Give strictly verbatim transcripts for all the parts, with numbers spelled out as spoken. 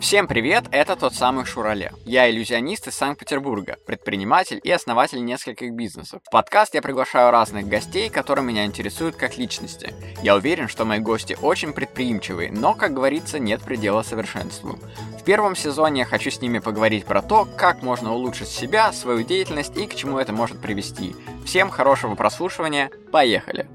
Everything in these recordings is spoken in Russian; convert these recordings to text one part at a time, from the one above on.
Всем привет, это тот самый Шурале. Я иллюзионист из Санкт-Петербурга, предприниматель и основатель нескольких бизнесов. В подкаст я приглашаю разных гостей, которые меня интересуют как личности. Я уверен, что мои гости очень предприимчивые, но, как говорится, нет предела совершенству. В первом сезоне я хочу с ними поговорить про то, как можно улучшить себя, свою деятельность и к чему это может привести. Всем хорошего прослушивания, поехали!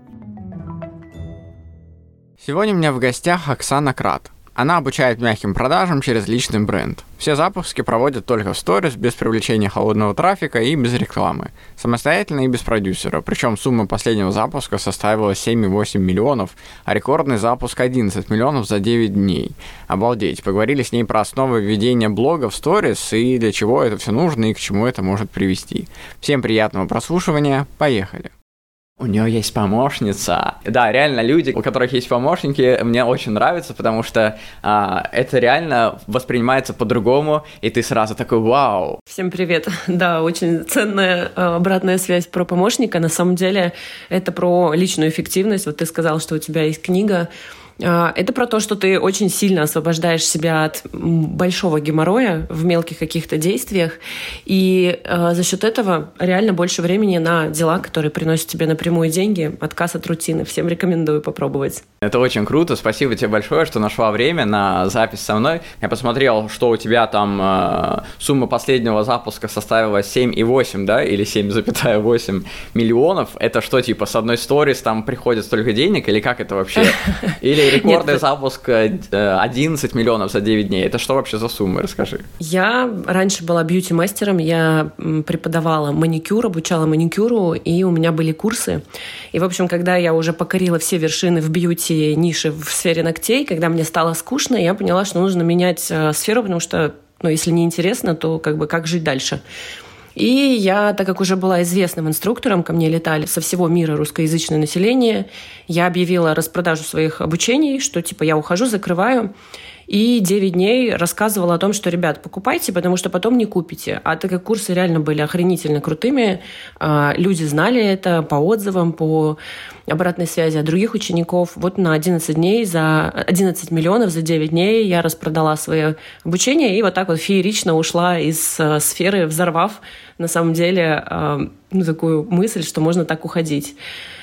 Сегодня у меня в гостях Оксана Крат. Она обучает мягким продажам через личный бренд. Все запуски проводят только в сторис, без привлечения холодного трафика и без рекламы. Самостоятельно и без продюсера. Причем сумма последнего запуска составила семь целых восемь миллионов, а рекордный запуск одиннадцать миллионов за девять дней. Обалдеть. Поговорили с ней про основы ведения блога в сторис и для чего это все нужно и к чему это может привести. Всем приятного прослушивания. Поехали. У нее есть помощница. Да, реально люди, у которых есть помощники, мне очень нравится, потому что а, это реально воспринимается по-другому, и ты сразу такой «Вау!». Всем привет. Да, очень ценная а, обратная связь про помощника. На самом деле это про личную эффективность. Вот ты сказал, что у тебя есть книга. Это про то, что ты очень сильно освобождаешь себя от большого геморроя в мелких каких-то действиях, и э, за счет этого реально больше времени на дела, которые приносят тебе напрямую деньги, отказ от рутины. Всем рекомендую попробовать. Это очень круто. Спасибо тебе большое, что нашла время на запись со мной. Я посмотрел, что у тебя там э, сумма последнего запуска составила семь целых восемь, да, или семь целых восемь миллионов. Это что, типа, с одной сторис там приходит столько денег, или как это вообще? Или рекордный Нет, запуск одиннадцать миллионов за девять дней. Это что вообще за суммы? Расскажи. Я раньше была бьюти-мастером, я преподавала маникюр, обучала маникюру, и у меня были курсы. И, в общем, когда я уже покорила все вершины в бьюти-нише в сфере ногтей, когда мне стало скучно, я поняла, что нужно менять сферу, потому что, ну, если не интересно, то как бы как жить дальше? И я, так как уже была известным инструктором, ко мне летали со всего мира русскоязычное население, я объявила распродажу своих обучений, что типа я ухожу, закрываю. И девять дней рассказывала о том, что, ребят, покупайте, потому что потом не купите. А так как курсы реально были охренительно крутыми, люди знали это по отзывам, по обратной связи от других учеников. Вот на одиннадцать дней, за одиннадцать миллионов за девять дней я распродала свое обучение и вот так вот феерично ушла из сферы, взорвав на самом деле ну, такую мысль, что можно так уходить.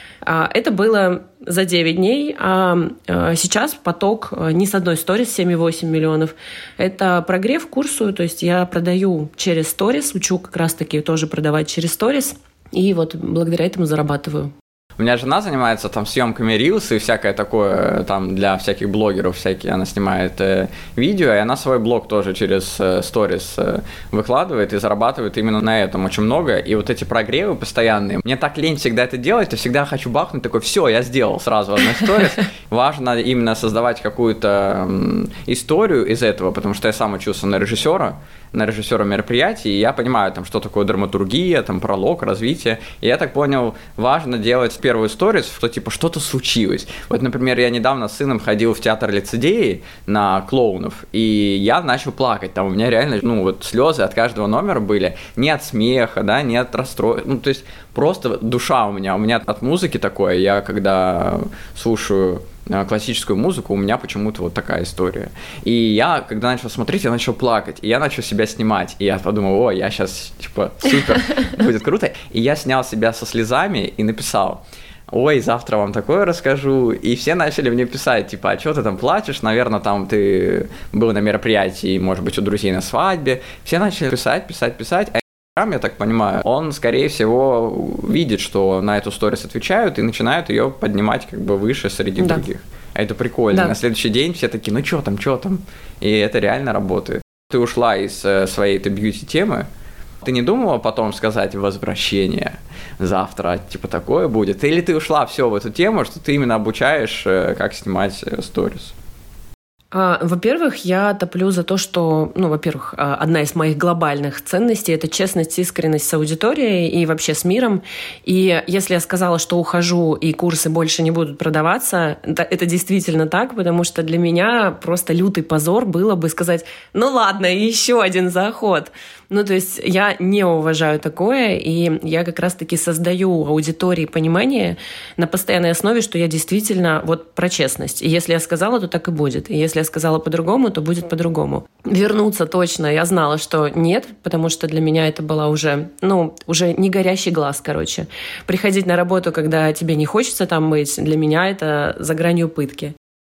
Это было за девять дней, а сейчас поток не с одной сторис семь целых восемь миллионов. Это прогрев к курсу, то есть я продаю через сторис, учу как раз-таки тоже продавать через сторис, и вот благодаря этому зарабатываю. У меня жена занимается там съемками рилс и всякое такое, там для всяких блогеров всякие, она снимает э, видео, и она свой блог тоже через сторис э, э, выкладывает и зарабатывает именно на этом очень много. И вот эти прогревы постоянные, мне так лень всегда это делать, я всегда хочу бахнуть, такой, все, я сделал сразу одну сторис. Важно именно создавать какую-то э, историю из этого, потому что я сам учился на режиссера, на режиссера мероприятий, и я понимаю, там, что такое драматургия, там, пролог, развитие. И я так понял, важно делать первую сторис, что, типа, что-то случилось. Вот, например, я недавно с сыном ходил в театр лицедеи на клоунов, и я начал плакать. Там у меня реально, ну, вот слезы от каждого номера были. Не от смеха, да, не от расстройства. Ну, то есть, просто душа у меня. У меня от музыки такое. Я, когда слушаю классическую музыку, у меня почему-то вот такая история. И я, когда начал смотреть, я начал плакать, и я начал себя снимать. И я подумал, о, я сейчас, типа, супер, будет круто. И я снял себя со слезами и написал: ой, завтра вам такое расскажу. И все начали мне писать, типа, а что ты там плачешь? Наверное, там ты был на мероприятии, может быть, у друзей на свадьбе. Все начали писать, писать, писать. Я так понимаю, он, скорее всего, видит, что на эту сторис отвечают и начинают ее поднимать как бы выше среди да. других. А это прикольно. Да. На следующий день все такие, ну что там, что там? И это реально работает. Ты ушла из своей этой бьюти-темы. Ты не думала потом сказать возвращение? Завтра типа такое будет? Или ты ушла все в эту тему, что ты именно обучаешь, как снимать сторис? Во-первых, я топлю за то, что, ну, во-первых, одна из моих глобальных ценностей — это честность, искренность с аудиторией и вообще с миром. И если я сказала, что ухожу и курсы больше не будут продаваться, это действительно так, потому что для меня просто лютый позор было бы сказать: ну ладно, еще один заход. Ну, то есть я не уважаю такое, и я как раз-таки создаю аудитории понимание на постоянной основе, что я действительно вот про честность. И если я сказала, то так и будет. И если если я сказала по-другому, то будет по-другому. Вернуться точно я знала, что нет, потому что для меня это была уже, ну, уже не горящий глаз, короче. Приходить на работу, когда тебе не хочется там быть, для меня это за гранью пытки.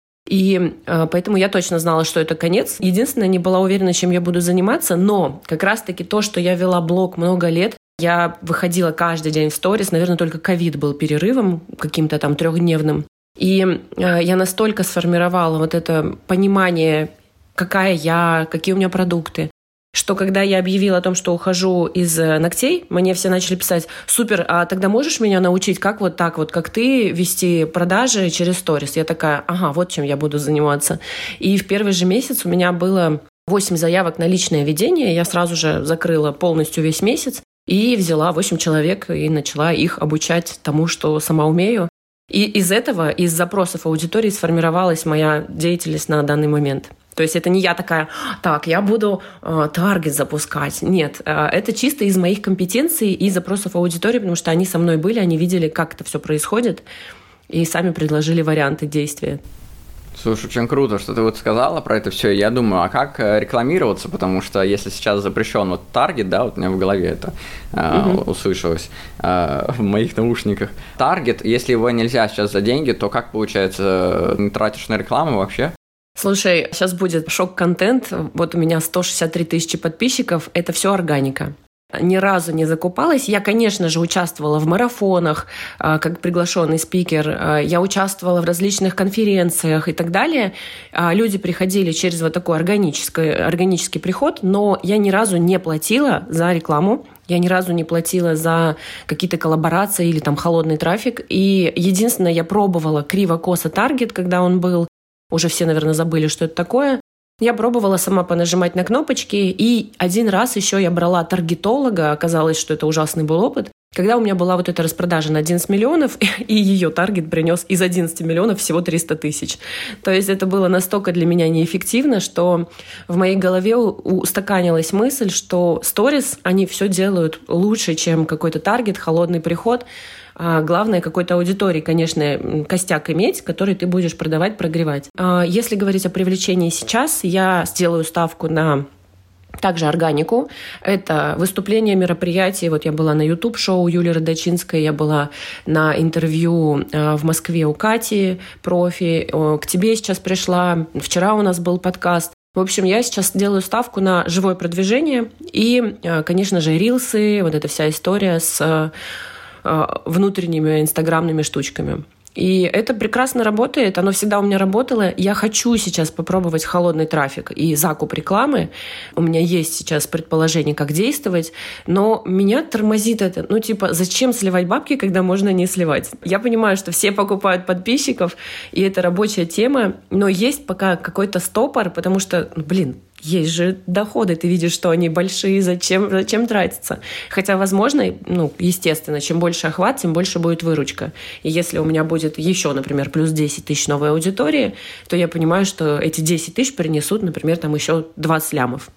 И э, поэтому я точно знала, что это конец. Единственное, не была уверена, чем я буду заниматься, но как раз-таки то, что я вела блог много лет, я выходила каждый день в сторис, наверное, только ковид был перерывом каким-то там трехдневным. И э, я настолько сформировала вот это понимание, какая я, какие у меня продукты, что когда я объявила о том, что ухожу из ногтей, мне все начали писать: супер, а тогда можешь меня научить, как вот так вот, как ты, вести продажи через сторис? Я такая: ага, вот чем я буду заниматься. И в первый же месяц у меня было восемь заявок на личное ведение, я сразу же закрыла полностью весь месяц и взяла восемь человек и начала их обучать тому, что сама умею. И из этого, из запросов аудитории сформировалась моя деятельность на данный момент. То есть это не я такая: так, я буду э, таргет запускать. Нет, э, это чисто из моих компетенций и запросов аудитории, потому что они со мной были, они видели, как это все происходит, и сами предложили варианты действия. Слушай, очень круто, что ты вот сказала про это все. Я думаю, а как рекламироваться? Потому что если сейчас запрещен вот таргет, да, вот у меня в голове это э, угу. услышалось э, в моих наушниках. Таргет, если его нельзя сейчас за деньги, то как получается, не тратишь на рекламу вообще? Слушай, сейчас будет шок-контент. Вот у меня сто шестьдесят три тысячи подписчиков. Это все органика. Ни разу не закупалась. Я, конечно же, участвовала в марафонах как приглашенный спикер. Я участвовала в различных конференциях и так далее. Люди приходили через вот такой органический, органический приход, но я ни разу не платила за рекламу. Я ни разу не платила за какие-то коллаборации или там холодный трафик. И единственное, я пробовала криво-косо таргет, когда он был. Уже все, наверное, забыли, что это такое. Я пробовала сама понажимать на кнопочки, и один раз еще я брала таргетолога, оказалось, что это ужасный был опыт, когда у меня была вот эта распродажа на одиннадцать миллионов, и ее таргет принес из одиннадцати миллионов всего триста тысяч. То есть это было настолько для меня неэффективно, что в моей голове устаканилась мысль, что сторис, они все делают лучше, чем какой-то таргет, холодный приход. А главное, какой-то аудитории, конечно, костяк иметь, который ты будешь продавать, прогревать. Если говорить о привлечении сейчас, я сделаю ставку на также органику. Это выступления, мероприятия. Вот я была на YouTube-шоу Юлии Родочинской, я была на интервью в Москве у Кати, профи. К тебе сейчас пришла. Вчера у нас был подкаст. В общем, я сейчас делаю ставку на живое продвижение и, конечно же, рилсы, вот эта вся история с внутренними инстаграмными штучками. И это прекрасно работает, оно всегда у меня работало. Я хочу сейчас попробовать холодный трафик и закуп рекламы. У меня есть сейчас предположение, как действовать, но меня тормозит это. Ну, типа, зачем сливать бабки, когда можно не сливать? Я понимаю, что все покупают подписчиков, и это рабочая тема, но есть пока какой-то стопор, потому что, ну, блин, есть же доходы, ты видишь, что они большие, зачем, зачем тратиться? Хотя, возможно, ну, естественно, чем больше охват, тем больше будет выручка. И если у меня будет еще, например, плюс десять тысяч новой аудитории, то я понимаю, что эти десять тысяч принесут, например, там еще двадцать лямов.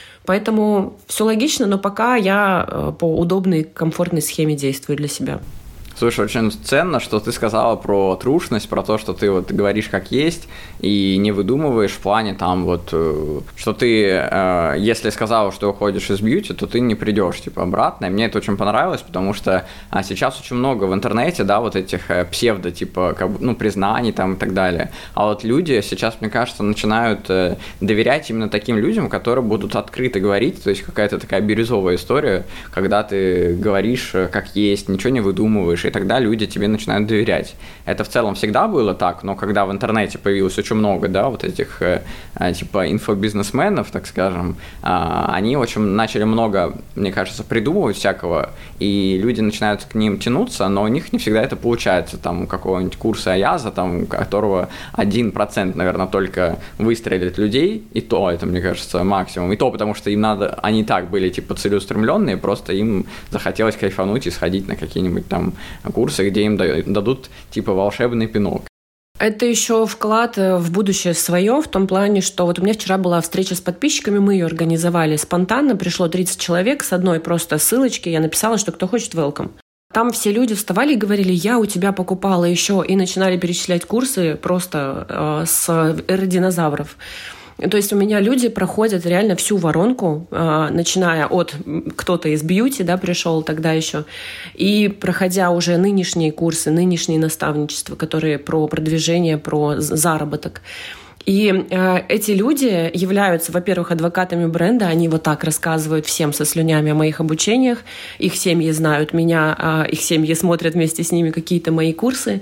Поэтому все логично, но пока я по удобной, комфортной схеме действую для себя. Слушай, очень ценно, что ты сказала про трушность, про то, что ты вот говоришь как есть и не выдумываешь в плане там вот, что ты, э, если сказала, что уходишь из бьюти, то ты не придешь типа обратно. И мне это очень понравилось, потому что а, сейчас очень много в интернете, да, вот этих э, псевдо типа как, ну, признаний там и так далее. А вот люди сейчас, мне кажется, начинают э, доверять именно таким людям, которые будут открыто говорить, то есть какая-то такая бирюзовая история, когда ты говоришь как есть, ничего не выдумываешь, и тогда люди тебе начинают доверять. Это в целом всегда было так, но когда в интернете появилось очень много, да, вот этих э, типа инфобизнесменов, так скажем, э, они очень начали много, мне кажется, придумывать всякого, и люди начинают к ним тянуться, но у них не всегда это получается. Там у какого-нибудь курса Аяза, там, у которого один процент, наверное, только выстрелит людей, и то это, мне кажется, максимум. И то, потому что им надо, они так были типа целеустремленные, просто им захотелось кайфануть и сходить на какие-нибудь там курсы, где им дадут типа волшебный пинок. Это еще вклад в будущее свое, в том плане, что вот у меня вчера была встреча с подписчиками, мы ее организовали спонтанно, пришло тридцать человек, с одной просто ссылочки я написала, что кто хочет welcome. там все люди вставали и говорили: я у тебя покупала еще, и начинали перечислять курсы просто э, с эродинозавров. То есть у меня люди проходят реально всю воронку, начиная от кто-то из бьюти, да, пришел тогда еще, и проходя уже нынешние курсы, нынешние наставничества, которые про продвижение, про заработок. И э, эти люди являются, во-первых, адвокатами бренда, они вот так рассказывают всем со слюнями о моих обучениях, их семьи знают меня, э, их семьи смотрят вместе с ними какие-то мои курсы.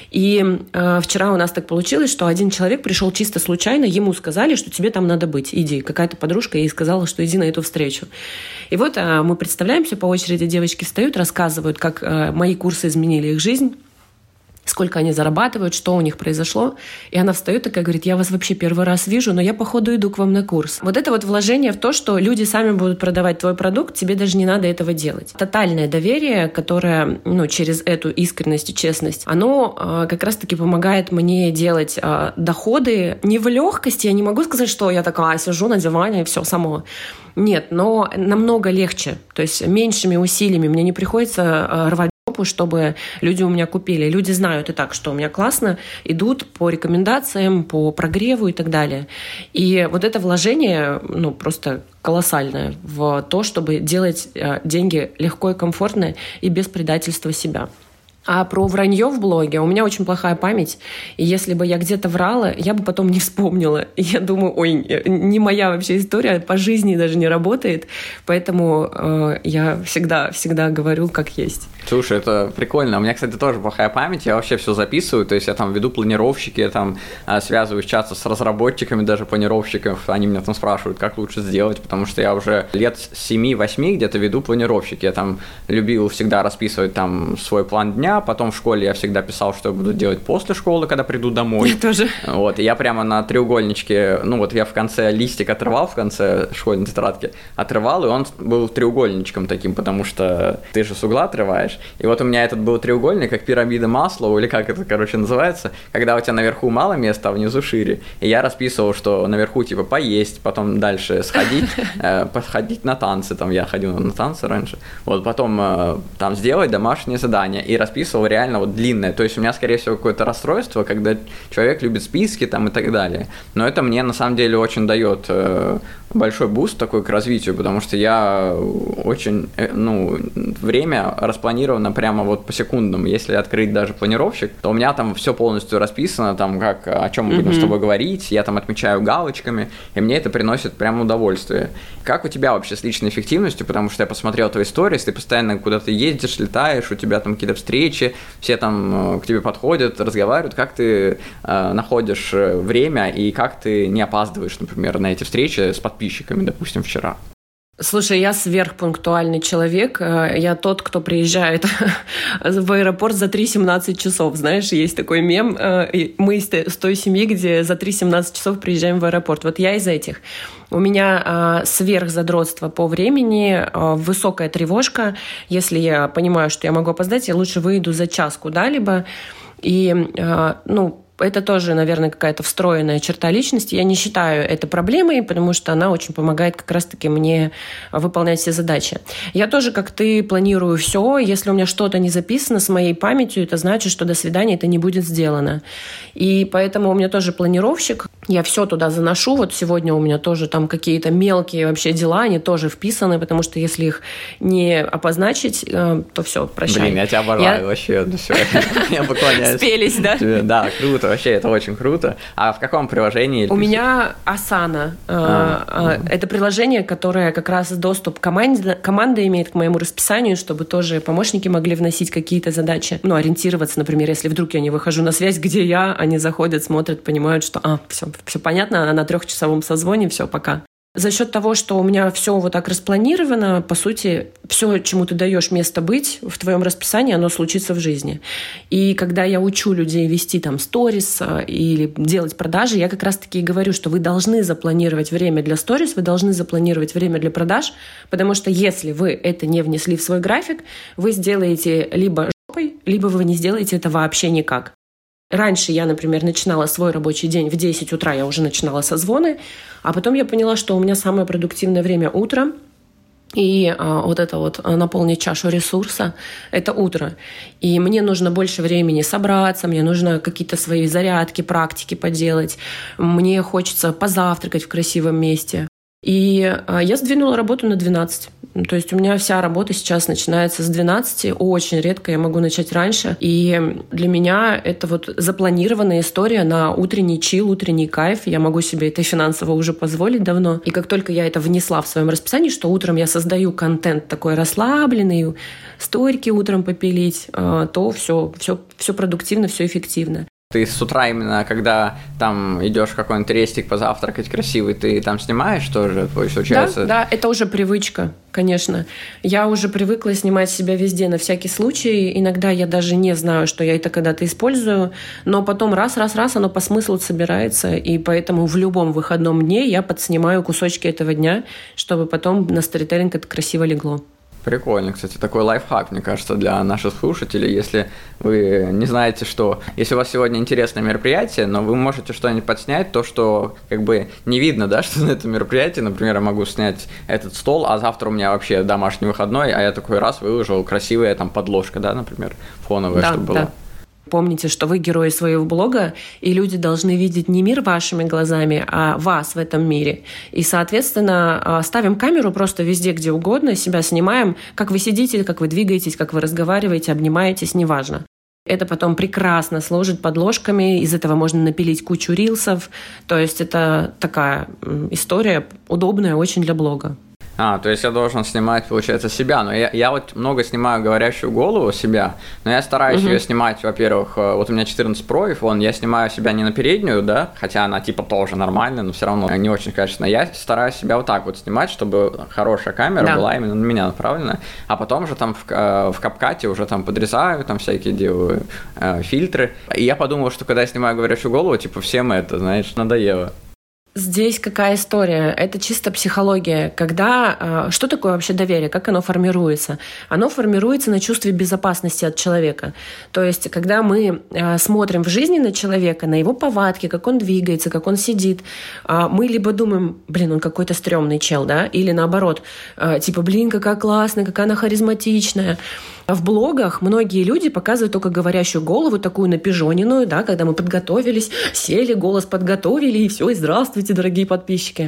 И э, вчера у нас так получилось, что один человек пришел чисто случайно, ему сказали, что тебе там надо быть, иди. Какая-то подружка ей сказала, что иди на эту встречу. И вот э, мы представляемся, по очереди девочки встают, рассказывают, как э, мои курсы изменили их жизнь, сколько они зарабатывают, что у них произошло. И она встает такая, говорит: я вас вообще первый раз вижу, но я, походу, иду к вам на курс. Вот это вот вложение в то, что люди сами будут продавать твой продукт, тебе даже не надо этого делать. Тотальное доверие, которое, ну, через эту искренность и честность, оно э, как раз-таки помогает мне делать э, доходы не в легкости. Я не могу сказать, что я такая сижу на диване и все само. Нет, но намного легче. То есть меньшими усилиями мне не приходится э, рвать, чтобы люди у меня купили. Люди знают и так, что у меня классно, идут по рекомендациям, по прогреву и так далее. И вот это вложение, ну, просто колоссальное в то, чтобы делать деньги легко и комфортно и без предательства себя. А про вранье в блоге у меня очень плохая память, и если бы я где-то врала, я бы потом не вспомнила. И я думаю, ой, не моя вообще история, по жизни даже не работает, поэтому э, я всегда, всегда говорю как есть. Слушай, это прикольно. У меня, кстати, тоже плохая память, я вообще все записываю, то есть я там веду планировщики, я там связываюсь часто с разработчиками, даже планировщиков, они меня там спрашивают, как лучше сделать, потому что я уже лет с семи-восьми где-то веду планировщики, я там любил всегда расписывать там свой план дня, потом в школе я всегда писал, что я буду делать после школы, когда приду домой. Я тоже. Вот, и я прямо на треугольничке, ну вот я в конце листик отрывал, в конце школьной тетрадки, отрывал, и он был треугольничком таким, потому что ты же с угла отрываешь. И вот у меня этот был треугольник, как пирамида Маслоу, или как это, короче, называется, когда у тебя наверху мало места, а внизу шире. И я расписывал, что наверху типа поесть, потом дальше сходить, э, походить на танцы, там я ходил на танцы раньше, вот, потом э, там сделать домашнее задание, и расписывал реально вот длинное. То есть у меня, скорее всего, какое-то расстройство, когда человек любит списки там и так далее. Но это мне на самом деле очень дает э, большой буст такой к развитию, потому что я очень, э, ну, время распланировано прямо вот по секундам. Если открыть даже планировщик, то у меня там все полностью расписано, там как, о чем мы будем mm-hmm. с тобой говорить, я там отмечаю галочками, и мне это приносит прямо удовольствие. Как у тебя вообще с личной эффективностью? Потому что я посмотрел твои сторис, ты постоянно куда-то ездишь, летаешь, у тебя там какие-то встречи, все там к тебе подходят, разговаривают. Как ты э, находишь время и как ты не опаздываешь, например, на эти встречи с подписчиками, допустим, вчера? Слушай, я сверхпунктуальный человек. Я тот, кто приезжает в аэропорт за три семнадцать часов. Знаешь, есть такой мем. Мы из той семьи, где за три семнадцать часов приезжаем в аэропорт. Вот я из этих. У меня сверхзадротство по времени, высокая тревожка. Если я понимаю, что я могу опоздать, я лучше выйду за час куда-либо. И, ну, это тоже, наверное, какая-то встроенная черта личности. Я не считаю это проблемой, потому что она очень помогает как раз-таки мне выполнять все задачи. Я тоже, как ты, планирую все. Если у меня что-то не записано с моей памятью, это значит, что до свидания это не будет сделано. И поэтому у меня тоже планировщик. Я все туда заношу. Вот сегодня у меня тоже там какие-то мелкие вообще дела, они тоже вписаны, потому что если их не обозначить, то все, прощай. Блин, я тебя обожаю я... вообще. Я поклоняюсь. Спелись, да? Да, круто. Вообще, это очень круто. А в каком приложении? У меня Asana. А, это приложение, которое как раз доступ к команде, команда имеет к моему расписанию, чтобы тоже помощники могли вносить какие-то задачи. Ну, ориентироваться, например, если вдруг я не выхожу на связь, где я, они заходят, смотрят, понимают, что а, все, все понятно, на трехчасовом созвоне, все, пока. За счет того, что у меня все вот так распланировано, по сути, все, чему ты даешь место быть в твоем расписании, оно случится в жизни. И когда я учу людей вести там сторис или делать продажи, я как раз-таки и говорю, что вы должны запланировать время для сторис, вы должны запланировать время для продаж, потому что если вы это не внесли в свой график, вы сделаете либо жопой, либо вы не сделаете это вообще никак. Раньше я, например, начинала свой рабочий день в десять утра, я уже начинала созвоны, а потом я поняла, что у меня самое продуктивное время утром, И а, вот это вот наполнить чашу ресурса – это утро. И мне нужно больше времени собраться, мне нужно какие-то свои зарядки, практики поделать. Мне хочется позавтракать в красивом месте. И а, я сдвинула работу на двенадцать. То есть у меня вся работа сейчас начинается с двенадцати. Очень редко я могу начать раньше. И для меня это вот запланированная история на утренний чил, утренний кайф. Я могу себе это финансово уже позволить давно. И как только я это внесла в своем расписании, что утром я создаю контент такой расслабленный, сторики утром попилить, то все, все, все продуктивно, все эффективно. Ты с утра именно, когда там идешь в какой-нибудь рестик позавтракать красивый, ты там снимаешь тоже, получается? Да, да, это уже привычка, конечно. Я уже привыкла снимать себя везде на всякий случай. Иногда я даже не знаю, что я это когда-то использую, но потом раз-раз-раз оно по смыслу собирается, и поэтому в любом выходном дне я подснимаю кусочки этого дня, чтобы потом на сторителлинг это красиво легло. Прикольно, кстати, такой лайфхак, мне кажется, для наших слушателей. Если вы не знаете, что... Если у вас сегодня интересное мероприятие, но вы можете что-нибудь подснять, то, что как бы не видно, да, что на этом мероприятии, например, я могу снять этот стол, а завтра у меня вообще домашний выходной, а я такой раз выложил красивая там подложка, да, например, фоновая, да, чтобы да. была. Помните, что вы герои своего блога, и люди должны видеть не мир вашими глазами, а вас в этом мире. И, соответственно, ставим камеру просто везде, где угодно, себя снимаем, как вы сидите, как вы двигаетесь, как вы разговариваете, обнимаетесь, неважно. Это потом прекрасно служит подложками, из этого можно напилить кучу рилсов. То есть это такая история удобная очень для блога. А, то есть я должен снимать, получается, себя. Но я, я вот много снимаю говорящую голову себя, но я стараюсь uh-huh. ее снимать, во-первых, вот у меня четырнадцать про iPhone, я снимаю себя не на переднюю, да, хотя она типа тоже нормальная, но все равно не очень качественно. Я стараюсь себя вот так вот снимать, чтобы хорошая камера да. была именно на меня направлена, а потом уже там в, в капкате уже там подрезаю, там всякие делаю э, фильтры. И я подумал, что когда я снимаю говорящую голову, типа всем это, знаешь, надоело. Здесь какая история? Это чисто психология. Когда, что такое вообще доверие? Как оно формируется? Оно формируется на чувстве безопасности от человека. То есть, когда мы смотрим в жизни на человека, на его повадки, как он двигается, как он сидит, мы либо думаем, блин, он какой-то стрёмный чел, да? Или наоборот, типа, блин, какая классная, какая она харизматичная. В блогах многие люди показывают только говорящую голову, такую напижоненную, да, когда мы подготовились, сели, голос подготовили, и все, и здравствуйте, дорогие подписчики.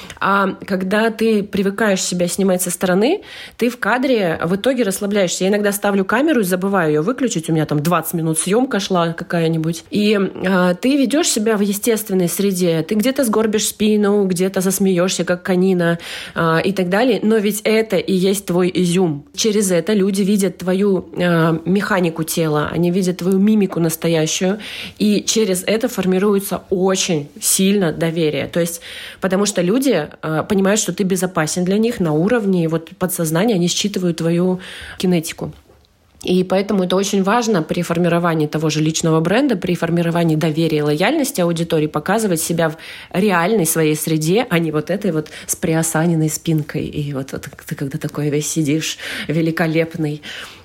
А когда ты привыкаешь себя снимать со стороны, ты в кадре в итоге расслабляешься. Я иногда ставлю камеру и забываю ее выключить, у меня там двадцать минут съемка шла какая-нибудь, и а, ты ведешь себя в естественной среде, ты где-то сгорбишь спину, где-то засмеешься, как канина, а, и так далее, но ведь это и есть твой изюм. Через это люди видят твою э, механику тела, они видят твою мимику настоящую, и через это формируется очень сильно доверие. То есть, потому что люди э, понимают, что ты безопасен для них на уровне вот, подсознания, они считывают твою кинетику. И поэтому это очень важно при формировании того же личного бренда, при формировании доверия и лояльности аудитории показывать себя в реальной своей среде, а не вот этой вот с приосаненной спинкой. И вот, вот ты когда такой весь сидишь великолепный.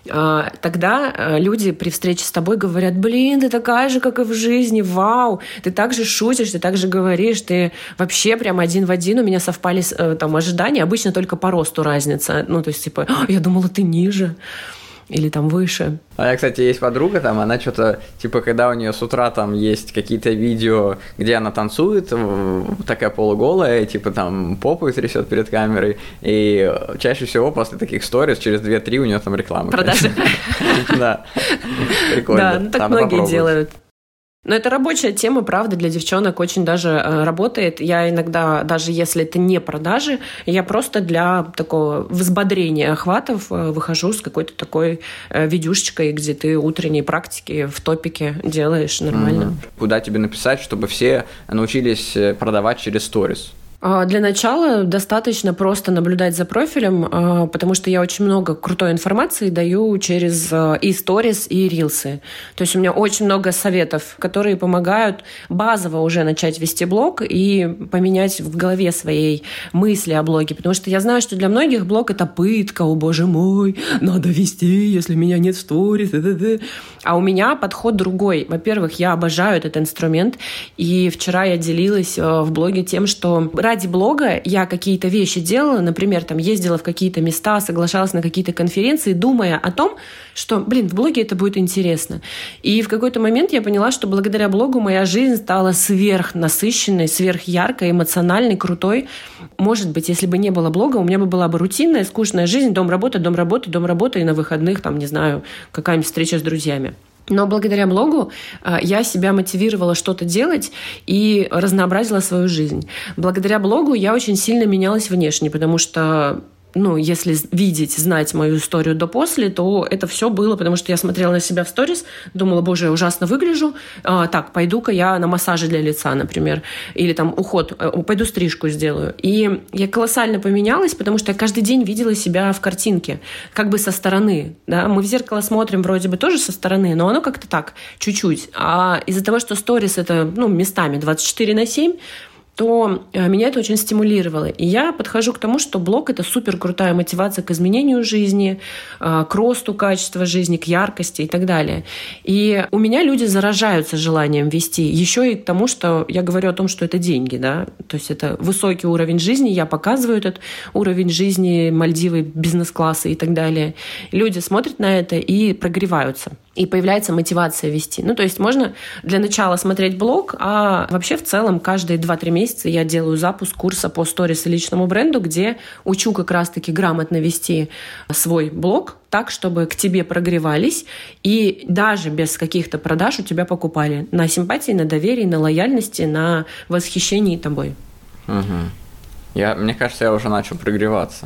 Тогда люди при встрече с тобой говорят: блин, ты такая же, как и в жизни, вау, ты так же шутишь, ты так же говоришь, ты вообще прям один в один, у меня совпали там ожидания, обычно только по росту разница. Ну, то есть, типа, я думала, ты ниже. Или там выше. У меня, кстати, есть подруга, там, она что-то, типа, когда у нее с утра там есть какие-то видео, где она танцует, такая полуголая, типа, там, попу трясет перед камерой, и чаще всего после таких сториз через две-три у нее там реклама. Продажи. Да. Прикольно. Да, ну так многие делают. Но это рабочая тема, правда, для девчонок очень даже э, работает. Я иногда, даже если это не продажи, я просто для такого взбодрения охватов э, выхожу с какой-то такой э, видюшечкой, где ты утренние практики в топике делаешь нормально. Mm-hmm. Куда тебе написать, чтобы все научились продавать через сторис? Для начала достаточно просто наблюдать за профилем, потому что я очень много крутой информации даю через и сторис, и рилсы. То есть у меня очень много советов, которые помогают базово уже начать вести блог и поменять в голове своей мысли о блоге. Потому что я знаю, что для многих блог — это пытка. О, боже мой, надо вести, если меня нет в сторис. А у меня подход другой. Во-первых, я обожаю этот инструмент. И вчера я делилась в блоге тем, что ради блога я какие-то вещи делала, например, там ездила в какие-то места, соглашалась на какие-то конференции, думая о том, что, блин, в блоге это будет интересно. И в какой-то момент я поняла, что благодаря блогу моя жизнь стала сверхнасыщенной, сверхяркой, эмоциональной, крутой. Может быть, если бы не было блога, у меня бы была бы рутинная, скучная жизнь, дом-работа, дом-работа, дом-работа, и на выходных, там, не знаю, какая-нибудь встреча с друзьями. Но благодаря блогу я себя мотивировала что-то делать и разнообразила свою жизнь. Благодаря блогу я очень сильно менялась внешне, потому что ну, если видеть, знать мою историю до-после, то это все было, потому что я смотрела на себя в сторис, думала, боже, я ужасно выгляжу, а, так, пойду-ка я на массаже для лица, например, или там уход, пойду стрижку сделаю. И я колоссально поменялась, потому что я каждый день видела себя в картинке, как бы со стороны. Да? Мы в зеркало смотрим вроде бы тоже со стороны, но оно как-то так, чуть-чуть. А из-за того, что сторис это ну, местами двадцать четыре на семь, то меня это очень стимулировало. И я подхожу к тому, что блог — это супер крутая мотивация к изменению жизни, к росту качества жизни, к яркости и так далее. И у меня люди заражаются желанием вести. Еще и к тому, что я говорю о том, что это деньги, да, то есть это высокий уровень жизни, я показываю этот уровень жизни, Мальдивы, бизнес-класса и так далее. Люди смотрят на это и прогреваются. И появляется мотивация вести. Ну, то есть можно для начала смотреть блог, а вообще в целом каждые два-три месяца я делаю запуск курса по сторис и личному бренду, где учу как раз-таки грамотно вести свой блог так, чтобы к тебе прогревались, и даже без каких-то продаж у тебя покупали на симпатии, на доверии, на лояльности, на восхищении тобой. Угу. Я, мне кажется, я уже начал прогреваться.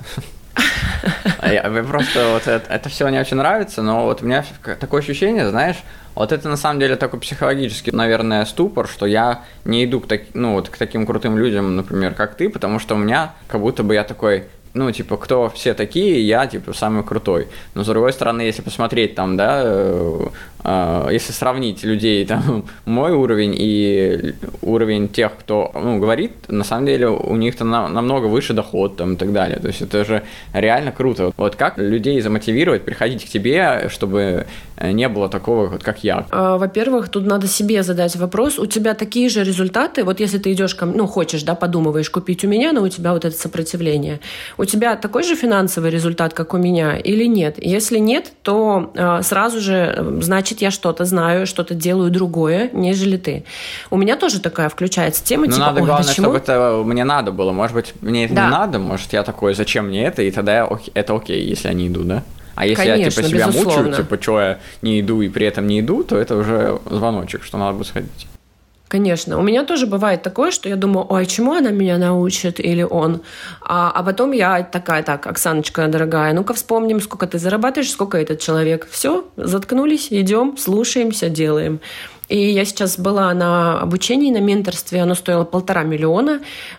Я, просто вот это, это все мне очень нравится, но вот у меня такое ощущение, знаешь, вот это на самом деле такой психологический, наверное, ступор, что я не иду к, так, ну, вот, к таким крутым людям, например, как ты, потому что у меня как будто бы я такой, ну, типа, кто все такие, я, типа, самый крутой. Но, с другой стороны, если посмотреть там, да, э, э, если сравнить людей, там, мой уровень и уровень тех, кто, ну, говорит, на самом деле у них там на, намного выше доход, там, и так далее. То есть это же реально круто. Вот как людей замотивировать приходить к тебе, чтобы не было такого, вот, как я? Во-первых, тут надо себе задать вопрос. У тебя такие же результаты, вот если ты идешь, ко, ну, хочешь, да, подумываешь купить у меня, но у тебя вот это сопротивление. У тебя такой же финансовый результат, как у меня, или нет? Если нет, то э, сразу же, значит, я что-то знаю, что-то делаю другое, нежели ты. У меня тоже такая включается тема, но типа, надо, ой, главное, почему? чтобы это мне надо было. Может быть, мне это да. не надо, может, я такой, зачем мне это, и тогда я, это окей, если я не иду, да? А если Конечно, я, типа, себя безусловно. мучаю, типа, что я не иду и при этом не иду, то это уже звоночек, что надо будет сходить. Конечно. У меня тоже бывает такое, что я думаю, ой, чему она меня научит или он. А, а потом я такая, так, Оксаночка, дорогая, ну-ка вспомним, сколько ты зарабатываешь, сколько этот человек. Все, заткнулись, идем, слушаемся, делаем. И я сейчас была на обучении, на менторстве, оно стоило полтора миллиона,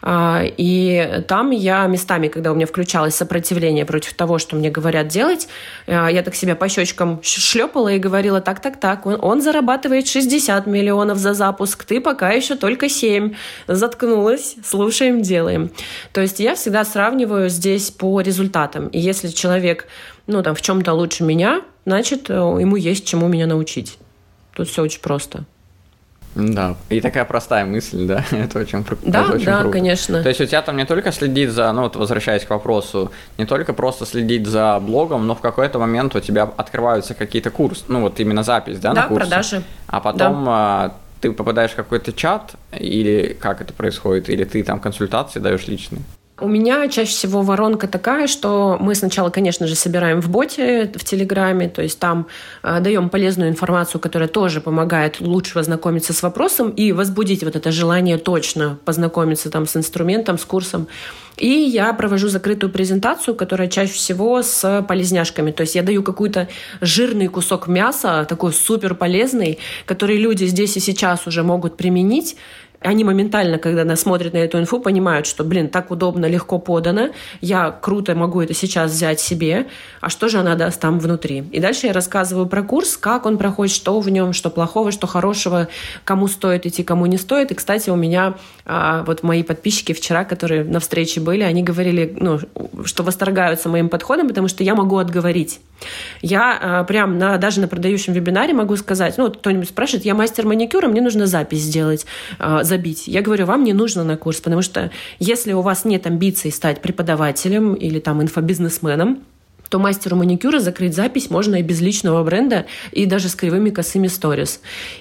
и там я местами, когда у меня включалось сопротивление против того, что мне говорят делать, я так себя по щечкам шлепала и говорила, так-так-так, он, он зарабатывает шестьдесят миллионов за запуск, ты пока еще только семь. Заткнулась, слушаем, делаем. То есть я всегда сравниваю здесь по результатам. И если человек, ну, там, в чем-то лучше меня, значит, ему есть чему меня научить. Тут все очень просто. Да, и такая простая мысль, да, это очень, да, это очень да, круто. Конечно. То есть у тебя там не только следить за, ну вот возвращаясь к вопросу, не только просто следить за блогом, но в какой-то момент у тебя открываются какие-то курсы, ну вот именно запись, да, да на курсы. Продажи. А потом да. ты попадаешь в какой-то чат, или как это происходит, или ты там консультации даешь личные? У меня чаще всего воронка такая, что мы сначала, конечно же, собираем в боте, в Телеграме, то есть там э, даем полезную информацию, которая тоже помогает лучше ознакомиться с вопросом и возбудить вот это желание точно познакомиться там с инструментом, с курсом. И я провожу закрытую презентацию, которая чаще всего с полезняшками. То есть я даю какой-то жирный кусок мяса, такой супер полезный, который люди здесь и сейчас уже могут применить. Они моментально, когда смотрят на эту инфу, понимают, что, блин, так удобно, легко подано, я круто могу это сейчас взять себе, а что же она даст там внутри? И дальше я рассказываю про курс, как он проходит, что в нем, что плохого, что хорошего, кому стоит идти, кому не стоит. И, кстати, у меня а, вот мои подписчики вчера, которые на встрече были, они говорили, ну, что восторгаются моим подходом, потому что я могу отговорить. Я а, прям на, даже на продающем вебинаре могу сказать, ну, вот кто-нибудь спрашивает, я мастер маникюра, мне нужно запись сделать, а, за забить. Я говорю, вам не нужно на курс, потому что если у вас нет амбиций стать преподавателем или там инфобизнесменом, то мастеру маникюра закрыть запись можно и без личного бренда, и даже с кривыми косыми сторис.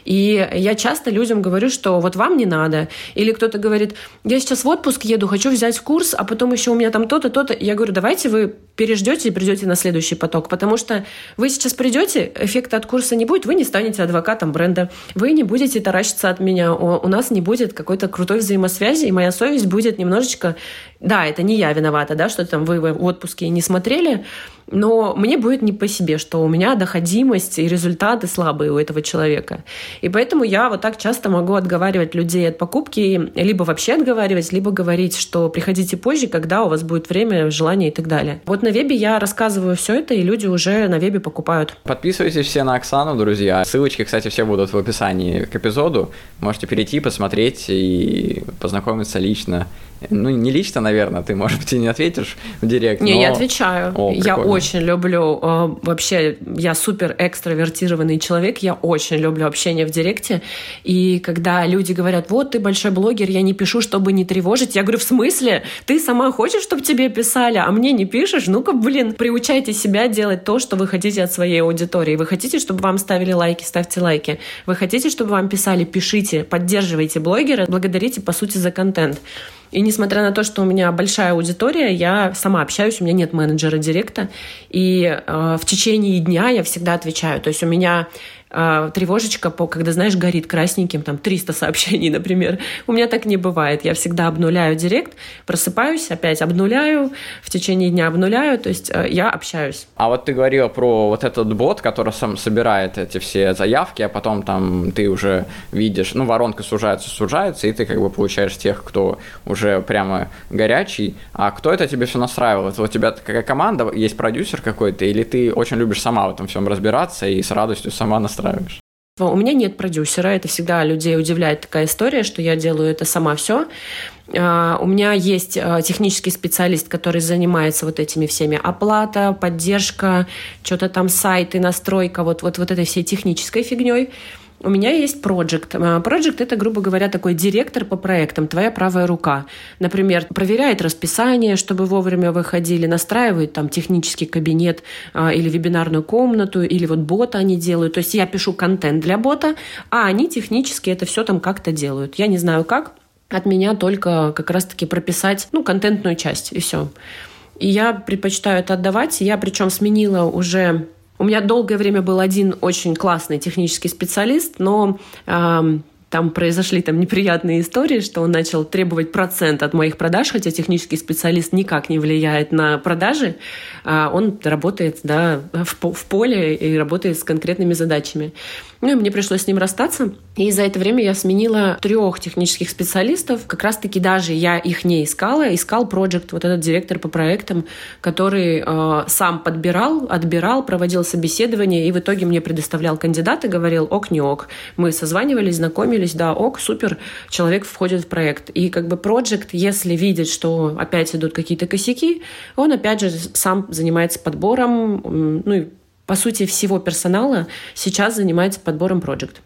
И я часто людям говорю, что вот вам не надо. Или кто-то говорит, я сейчас в отпуск еду, хочу взять курс, а потом еще у меня там то-то, то-то. Я говорю, давайте вы переждете и придете на следующий поток, потому что вы сейчас придете, эффекта от курса не будет, вы не станете адвокатом бренда, вы не будете таращиться от меня, у нас не будет какой-то крутой взаимосвязи, и моя совесть будет немножечко... Да, это не я виновата, да, что там вы в отпуске не смотрели, но мне будет не по себе, что у меня доходимость и результаты слабые у этого человека. И поэтому я вот так часто могу отговаривать людей от покупки, либо вообще отговаривать, либо говорить, что приходите позже, когда у вас будет время, желание и так далее. Вот на Вебе я рассказываю все это, и люди уже на Вебе покупают. Подписывайтесь все на Оксану, друзья. Ссылочки, кстати, все будут в описании к эпизоду. Можете перейти, посмотреть и познакомиться лично. Ну, не лично, наверное, ты, может быть, и не ответишь в директ. Не, но... я отвечаю. О, я очень люблю, э, вообще, я супер экстравертированный человек, я очень люблю общение в директе. И когда люди говорят, вот, ты большой блогер, я не пишу, чтобы не тревожить, я говорю, в смысле? Ты сама хочешь, чтобы тебе писали, а мне не пишешь? Ну-ка, блин, приучайте себя делать то, что вы хотите от своей аудитории. Вы хотите, чтобы вам ставили лайки, ставьте лайки. Вы хотите, чтобы вам писали, пишите, поддерживайте блогера, благодарите, по сути, за контент. И несмотря на то, что у меня большая аудитория, я сама общаюсь, у меня нет менеджера директа, и э, в течение дня я всегда отвечаю. То есть у меня э, тревожечка, по, когда, знаешь, горит красненьким, там триста сообщений, например. У меня так не бывает. Я всегда обнуляю директ, просыпаюсь, опять обнуляю, в течение дня обнуляю, то есть э, я общаюсь. А вот ты говорила про вот этот бот, который сам собирает эти все заявки, а потом там ты уже видишь, ну, воронка сужается, сужается, и ты как бы получаешь тех, кто уже прямо горячий. А кто это тебе все настраивал? Это у тебя какая команда, есть продюсер какой-то, или ты очень любишь сама в этом всем разбираться и с радостью сама настраиваешь? У меня нет продюсера, это всегда людей удивляет такая история, что я делаю это сама все. У меня есть технический специалист, который занимается вот этими всеми: оплата, поддержка, что-то там сайты, настройка, вот, вот, вот этой всей технической фигней. У меня есть проект. Проект — это, грубо говоря, такой директор по проектам, твоя правая рука. Например, проверяет расписание, чтобы вовремя выходили, настраивает там технический кабинет или вебинарную комнату, или вот бота они делают. То есть я пишу контент для бота, а они технически это все там как-то делают. Я не знаю как. От меня только как раз-таки прописать, ну, контентную часть, и все. И я предпочитаю это отдавать. Я причем сменила уже... У меня долгое время был один очень классный технический специалист, но э, там произошли там неприятные истории, что он начал требовать процент от моих продаж, хотя технический специалист никак не влияет на продажи. Э, он работает, да, в, в поле и работает с конкретными задачами. Ну и мне пришлось с ним расстаться. И за это время я сменила трех технических специалистов. Как раз-таки даже я их не искала. Искал проект, вот этот директор по проектам, который э, сам подбирал, отбирал, проводил собеседование и в итоге мне предоставлял кандидата, говорил ок, не ок. Мы созванивались, знакомились, да, ок, супер, человек входит в проект. И как бы проект, если видит, что опять идут какие-то косяки, он опять же сам занимается подбором, ну и по сути, всего персонала сейчас занимается подбором проект.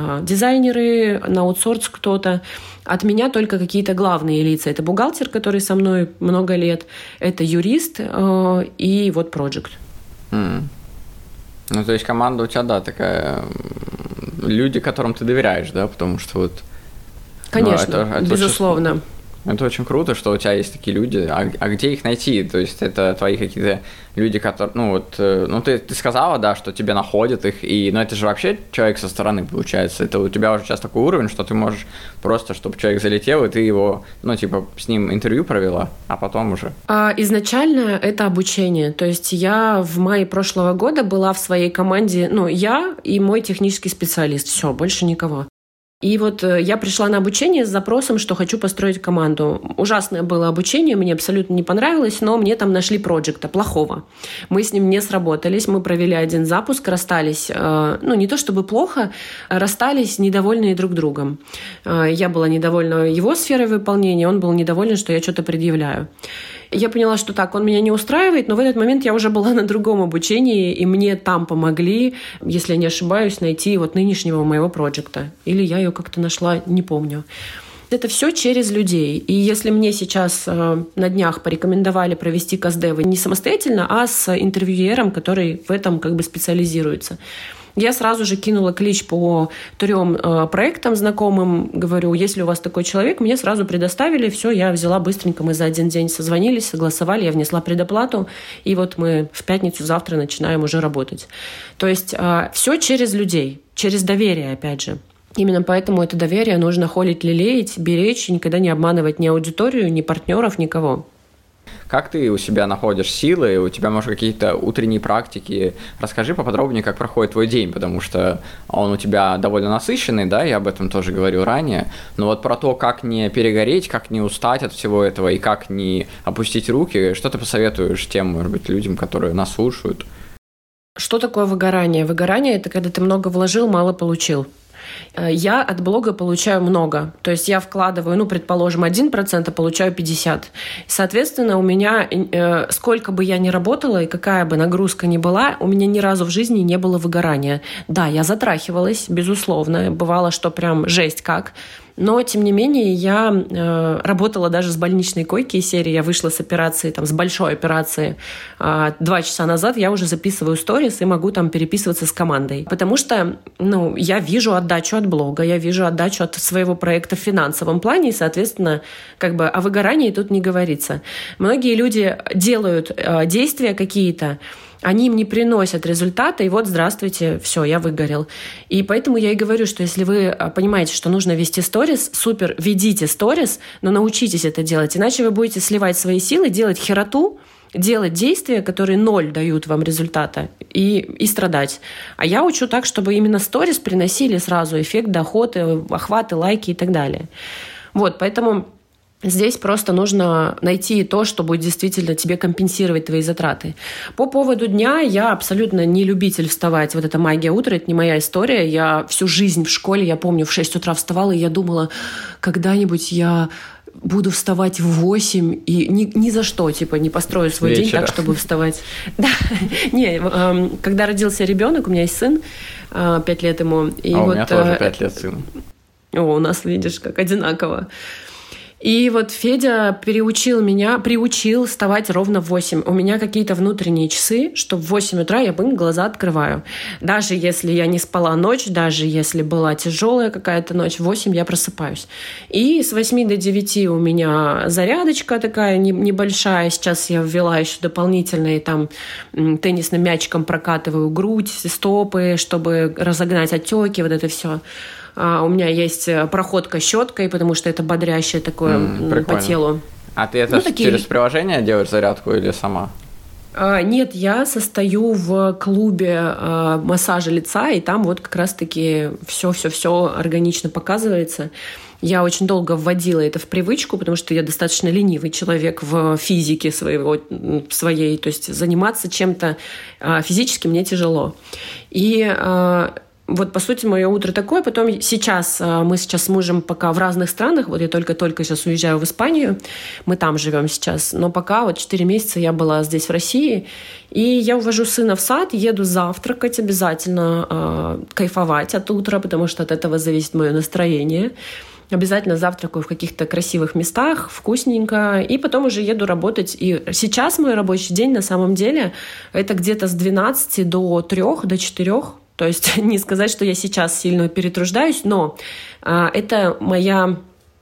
Дизайнеры, на аутсорс кто-то. От меня только какие-то главные лица. Это бухгалтер, который со мной много лет, это юрист и вот проект. Mm. Ну, то есть команда у тебя, да, такая... Люди, которым ты доверяешь, да, потому что вот... Конечно, ну, это, это безусловно. Очень... Это очень круто, что у тебя есть такие люди. А, а где их найти? То есть это твои какие-то люди, которые... Ну, вот, ну ты, ты сказала, да, что тебе находят их, и, ну, это же вообще человек со стороны, получается. Это у тебя уже сейчас такой уровень, что ты можешь просто, чтобы человек залетел, и ты его, ну, типа, с ним интервью провела, а потом уже... А, изначально это обучение. То есть я в мае прошлого года была в своей команде, ну, я и мой технический специалист. Все, больше никого. И вот я пришла на обучение с запросом, что хочу построить команду. Ужасное было обучение, мне абсолютно не понравилось, но мне там нашли проекта плохого. Мы с ним не сработались, мы провели один запуск, расстались, ну не то чтобы плохо, расстались недовольные друг другом. Я была недовольна его сферой выполнения, он был недоволен, что я что-то предъявляю. Я поняла, что так, он меня не устраивает, но в этот момент я уже была на другом обучении, и мне там помогли, если я не ошибаюсь, найти вот нынешнего моего проекта. Или я ее как-то нашла, не помню. Это все через людей. И если мне сейчас э, на днях порекомендовали провести КАЗДЕВы не самостоятельно, а с интервьюером, который в этом как бы специализируется, я сразу же кинула клич по трем э, проектам знакомым. Говорю, если у вас такой человек, мне сразу предоставили. Все, я взяла быстренько, мы за один день созвонились, согласовали, я внесла предоплату. И вот мы в пятницу завтра начинаем уже работать. То есть э, все через людей, через доверие, опять же. Именно поэтому это доверие нужно холить, лелеять, беречь, и никогда не обманывать ни аудиторию, ни партнеров, никого. Как ты у себя находишь силы? У тебя, может, какие-то утренние практики? Расскажи поподробнее, как проходит твой день, потому что он у тебя довольно насыщенный, да, я об этом тоже говорил ранее. Но вот про то, как не перегореть, как не устать от всего этого и как не опустить руки, что ты посоветуешь тем, может быть, людям, которые нас слушают? Что такое выгорание? Выгорание – это когда ты много вложил, мало получил. Я от блога получаю много. То есть я вкладываю, ну, предположим, один процент, а получаю пятьдесят процентов. Соответственно, у меня, э, сколько бы я ни работала и какая бы нагрузка ни была, у меня ни разу в жизни не было выгорания. Да, я затрахивалась, безусловно. Бывало, что прям жесть как. Но, тем не менее, я э, работала даже с больничной койки из серии. Я вышла с операции, там, с большой операции э, два часа назад. Я уже записываю сторис и могу там переписываться с командой. Потому что, ну, я вижу отдачу от блога, я вижу отдачу от своего проекта в финансовом плане, и, соответственно, как бы о выгорании тут не говорится. Многие люди делают э, действия какие-то, они им не приносят результата, и вот, здравствуйте, все, я выгорел. И поэтому я и говорю, что если вы понимаете, что нужно вести сторис, супер, ведите сторис, но научитесь это делать, иначе вы будете сливать свои силы, делать хероту, делать действия, которые ноль дают вам результата, и, и страдать. А я учу так, чтобы именно сторис приносили сразу эффект, доход, охваты, лайки и так далее. Вот, поэтому здесь просто нужно найти то, что будет действительно тебе компенсировать твои затраты. По поводу дня я абсолютно не любитель вставать. Вот эта магия утра, это не моя история. Я всю жизнь в школе, я помню, в шесть утра вставала, и я думала, когда-нибудь я буду вставать в восемь и ни, ни за что, типа, не построю свой Вечера. день так, чтобы вставать. Да, не, когда родился ребенок, у меня есть сын, пять лет ему. А у меня тоже пять лет сыну. О, у нас, видишь, как одинаково. И вот Федя переучил меня, приучил вставать ровно в восемь. У меня какие-то внутренние часы, что в восемь утра я бынь, глаза открываю. Даже если я не спала ночь, даже если была тяжелая какая-то ночь, в восемь я просыпаюсь. И с восьми до девяти у меня зарядочка такая небольшая. Сейчас я ввела еще дополнительные, там теннисным мячиком прокатываю грудь, стопы, чтобы разогнать отеки, вот это все. Uh, у меня есть проходка щеткой, потому что это бодрящее такое mm, по телу. А ты это ну, такие... через приложение делаешь зарядку или сама? Uh, нет, я состою в клубе uh, массажа лица, и там вот как раз-таки все-все-все органично показывается. Я очень долго вводила это в привычку, потому что я достаточно ленивый человек в физике своего, своей. То есть заниматься чем-то uh, физически мне тяжело. И... Uh, Вот, по сути, мое утро такое. Потом сейчас, мы сейчас с мужем пока в разных странах. Вот я только-только сейчас уезжаю в Испанию. Мы там живем сейчас. Но пока вот четыре месяца я была здесь, в России. И я увожу сына в сад, еду завтракать обязательно, э, кайфовать от утра, потому что от этого зависит мое настроение. Обязательно завтракаю в каких-то красивых местах, вкусненько. И потом уже еду работать. И сейчас мой рабочий день на самом деле это где-то с двенадцати до трёх, до четырёх. То есть не сказать, что я сейчас сильно перетруждаюсь, но а, это моя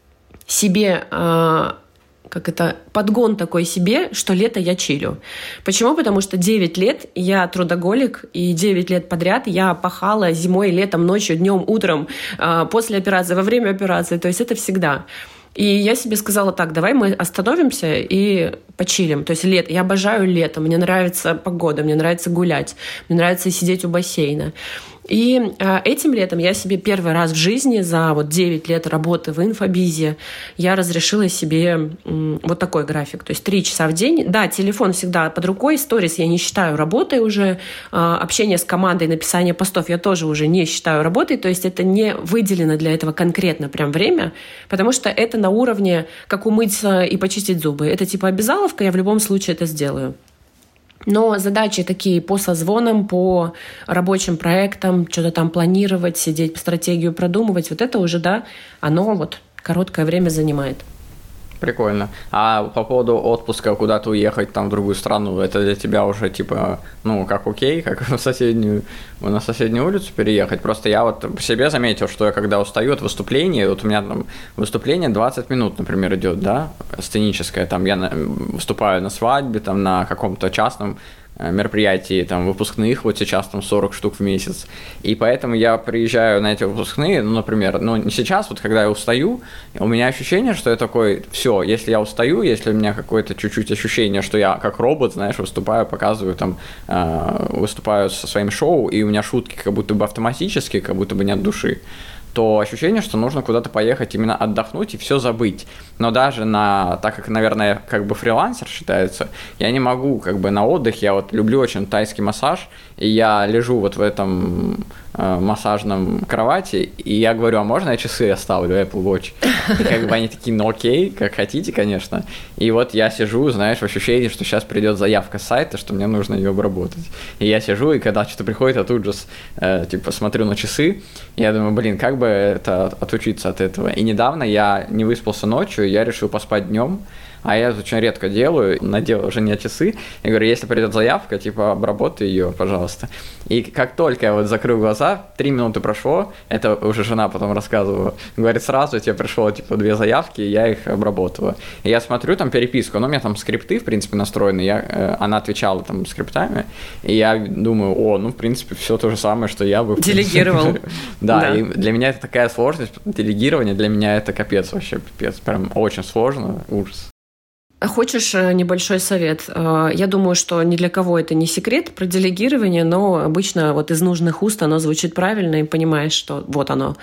себе, а, как это, подгон такой себе, что лето я чилю. Почему? Потому что девять лет я трудоголик, и девять лет подряд я пахала зимой, летом, ночью, днем, утром, а, после операции, во время операции. То есть это всегда. И я себе сказала так, давай мы остановимся и почилим. То есть лето. Я обожаю лето, мне нравится погода, мне нравится гулять, мне нравится сидеть у бассейна. И э, этим летом я себе первый раз в жизни за вот девять лет работы в инфобизе я разрешила себе м, вот такой график. То есть три часа в день. Да, телефон всегда под рукой, сторис я не считаю работой уже, э, общение с командой, написание постов я тоже уже не считаю работой. То есть это не выделено для этого конкретно прям время, потому что это на уровне, как умыться и почистить зубы. Это типа обязаловка, я в любом случае это сделаю. Но задачи такие по созвонам, по рабочим проектам, что-то там планировать, сидеть, стратегию продумывать, вот это уже, да, оно вот короткое время занимает. Прикольно. А по поводу отпуска, куда-то уехать там в другую страну, это для тебя уже типа, ну, как окей, как в соседнюю, на соседнюю улицу переехать? Просто я вот по себе заметил, что я когда устаю от выступления, вот у меня там выступление двадцать минут, например, идет, да, сценическое, там я на, выступаю на свадьбе, там на каком-то частном мероприятий, там, выпускных, вот сейчас там сорок штук в месяц, и поэтому я приезжаю на эти выпускные, ну, например, ну, не сейчас, вот когда я устаю, у меня ощущение, что я такой, все, если я устаю, если у меня какое-то чуть-чуть ощущение, что я как робот, знаешь, выступаю, показываю там, э, выступаю со своим шоу, и у меня шутки как будто бы автоматически, как будто бы нет души, то ощущение, что нужно куда-то поехать, именно отдохнуть и все забыть. Но даже на, так как, наверное, как бы фрилансер считается, я не могу как бы на отдых, я вот люблю очень тайский массаж, и я лежу вот в этом э, массажном кровати, и я говорю, а можно я часы оставлю, Apple Watch? И как бы они такие, ну окей, как хотите, конечно. И вот я сижу, знаешь, в ощущении, что сейчас придет заявка с сайта, что мне нужно ее обработать. И я сижу, и когда что-то приходит, я тут же э, типа смотрю на часы, и я думаю, блин, как бы это отучиться от этого. И недавно я не выспался ночью, я решил поспать днем, а я это очень редко делаю, надел жене часы, я говорю, если придет заявка, типа, обработай ее, пожалуйста. И как только я вот закрыл глаза, три минуты прошло, это уже жена потом рассказывала, говорит, сразу тебе пришло, типа, две заявки, и я их обработала. И я смотрю там переписку, ну, у меня там скрипты, в принципе, настроены, я, э, она отвечала там скриптами, и я думаю, о, ну, в принципе, все то же самое, что я бы... Делегировал. Да, и для меня это такая сложность, делегирование для меня это капец вообще, пипец, прям очень сложно, ужас. Хочешь небольшой совет? Я думаю, что ни для кого это не секрет про делегирование, но обычно вот из нужных уст оно звучит правильно, и понимаешь, что вот оно.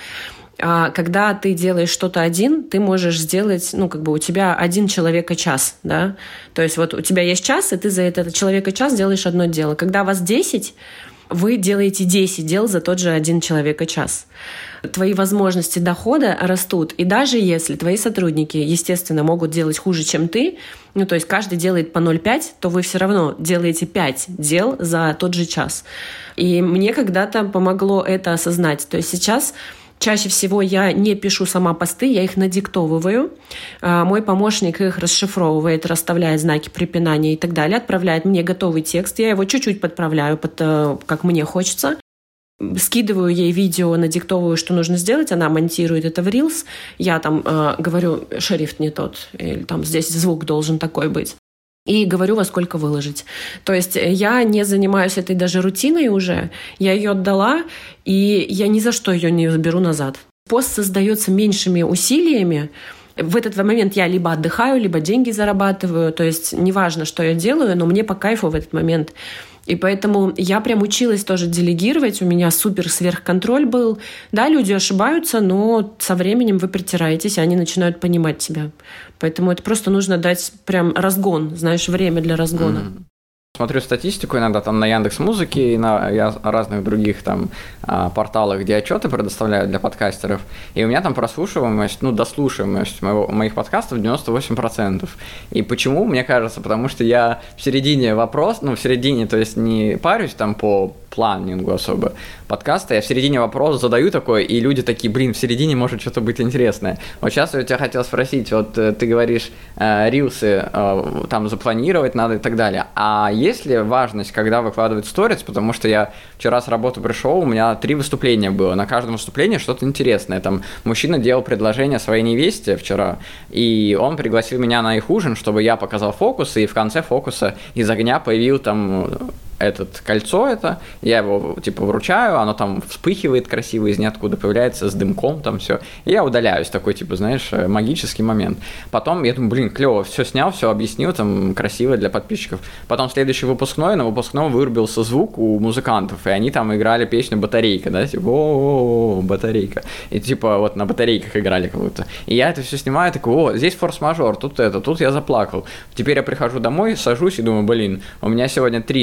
Когда ты делаешь что-то один, ты можешь сделать, ну, как бы у тебя один человека час, да? То есть вот у тебя есть час, и ты за этот человека час делаешь одно дело. Когда вас десять, вы делаете десять дел за тот же один человека час. Твои возможности дохода растут, и даже если твои сотрудники, естественно, могут делать хуже, чем ты, ну, то есть каждый делает по ноль целых пять, то вы все равно делаете пять дел за тот же час. И мне когда-то помогло это осознать. То есть сейчас чаще всего я не пишу сама посты, я их надиктовываю. Мой помощник их расшифровывает, расставляет знаки препинания и так далее, отправляет мне готовый текст, я его чуть-чуть подправляю, под, как мне хочется. Скидываю ей видео, надиктовываю, что нужно сделать, она монтирует это в Reels, я там э, говорю, шрифт не тот, или там здесь звук должен такой быть. И говорю, во сколько выложить. То есть я не занимаюсь этой даже рутиной уже, я ее отдала, и я ни за что ее не беру назад. Пост создается меньшими усилиями. В этот момент я либо отдыхаю, либо деньги зарабатываю. То есть неважно, что я делаю, но мне по кайфу в этот момент. И поэтому я прям училась тоже делегировать, у меня супер сверхконтроль был. Да, люди ошибаются, но со временем вы притираетесь, и они начинают понимать тебя. Поэтому это просто нужно дать прям разгон, знаешь, время для разгона. Mm-hmm. Смотрю статистику иногда там на Яндекс.Музыке и на разных других там порталах, где отчеты предоставляют для подкастеров, и у меня там прослушиваемость, ну, дослушиваемость моего, моих подкастов девяносто восемь процентов. И почему? Мне кажется, потому что я в середине вопрос, ну, в середине, то есть не парюсь там по планингу особо подкаста, я в середине вопрос задаю такой, и люди такие, блин, в середине может что-то быть интересное. Вот сейчас я тебя хотел спросить, вот ты говоришь, э, рилсы э, там запланировать надо и так далее, а есть ли важность, когда выкладывать сторис, потому что я вчера с работы пришел, у меня три выступления было, на каждом выступлении что-то интересное, там мужчина делал предложение своей невесте вчера, и он пригласил меня на их ужин, чтобы я показал фокусы, и в конце фокуса из огня появил там этот кольцо это, я его типа вручаю, оно там вспыхивает красиво из ниоткуда, появляется с дымком там все, и я удаляюсь, такой типа, знаешь, магический момент. Потом я думаю, блин, клево, все снял, все объяснил, там красиво для подписчиков. Потом следующий выпускной, на выпускном вырубился звук у музыкантов, и они там играли песню «Батарейка», да, типа о-о-о, батарейка, и типа вот на батарейках играли как-то. И я это все снимаю, такой, о, здесь форс-мажор, тут это, тут я заплакал. Теперь я прихожу домой, сажусь и думаю, блин, у меня сегодня три события,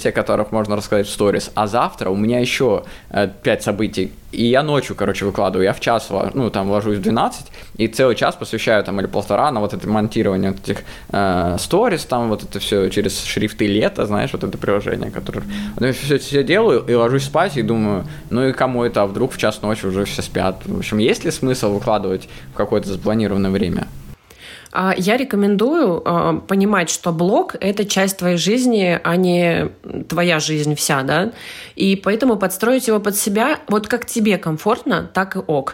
события, о которых можно рассказать в сторис, а завтра у меня еще э, пять событий. И я ночью, короче, выкладываю, я в час, ну, там, ложусь в двенадцать, и целый час посвящаю, там, или полтора на вот это монтирование вот этих э, сторис, там, вот это все через шрифты лета, знаешь, вот это приложение, которое... Вот я все, все делаю, и ложусь спать, и думаю, ну, и кому это, а вдруг в час ночи уже все спят? В общем, есть ли смысл выкладывать в какое-то запланированное время? Я рекомендую э, понимать, что блог – это часть твоей жизни, а не твоя жизнь вся, да, и поэтому подстроить его под себя, вот как тебе комфортно, так и ок.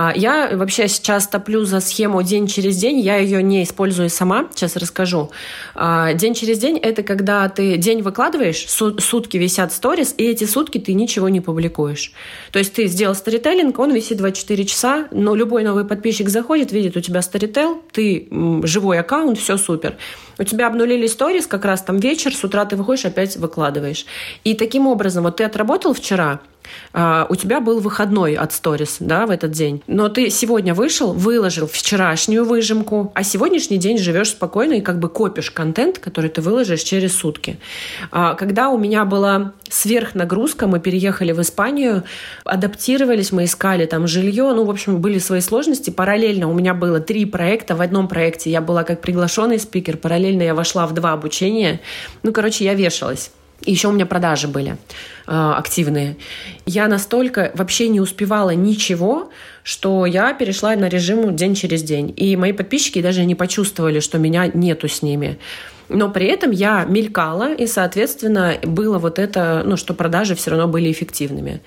Я вообще сейчас топлю за схему день через день, я ее не использую сама, сейчас расскажу. День через день – это когда ты день выкладываешь, сутки висят сторис, и эти сутки ты ничего не публикуешь. То есть ты сделал сторителлинг, он висит двадцать четыре часа, но любой новый подписчик заходит, видит у тебя сторителл, ты живой аккаунт, все супер. У тебя обнулили сторис, как раз там вечер, с утра ты выходишь, опять выкладываешь. И таким образом, вот ты отработал вчера, Uh, у тебя был выходной от сторис, да, в этот день. Но ты сегодня вышел, выложил вчерашнюю выжимку, а сегодняшний день живешь спокойно и как бы копишь контент, который ты выложишь через сутки. Uh, когда у меня была сверхнагрузка, мы переехали в Испанию, адаптировались, мы искали там жилье, ну, в общем, были свои сложности. Параллельно у меня было три проекта. В одном проекте я была как приглашенный спикер, параллельно я вошла в два обучения. Ну, короче, я вешалась. И еще у меня продажи были э, активные. Я настолько вообще не успевала ничего, что я перешла на режим день через день. И мои подписчики даже не почувствовали, что меня нету с ними. Но при этом я мелькала, и, соответственно, было вот это, ну, что продажи все равно были эффективными.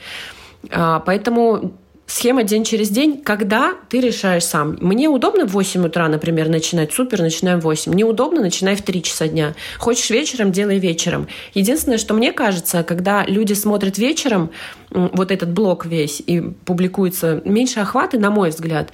Э, поэтому... Схема день через день, когда ты решаешь сам. Мне удобно в восемь утра, например, начинать, супер, начинаем в восемь. Неудобно, начинай в три часа дня. Хочешь вечером, делай вечером. Единственное, что мне кажется, когда люди смотрят вечером вот этот блог весь и публикуется, меньше охваты, на мой взгляд,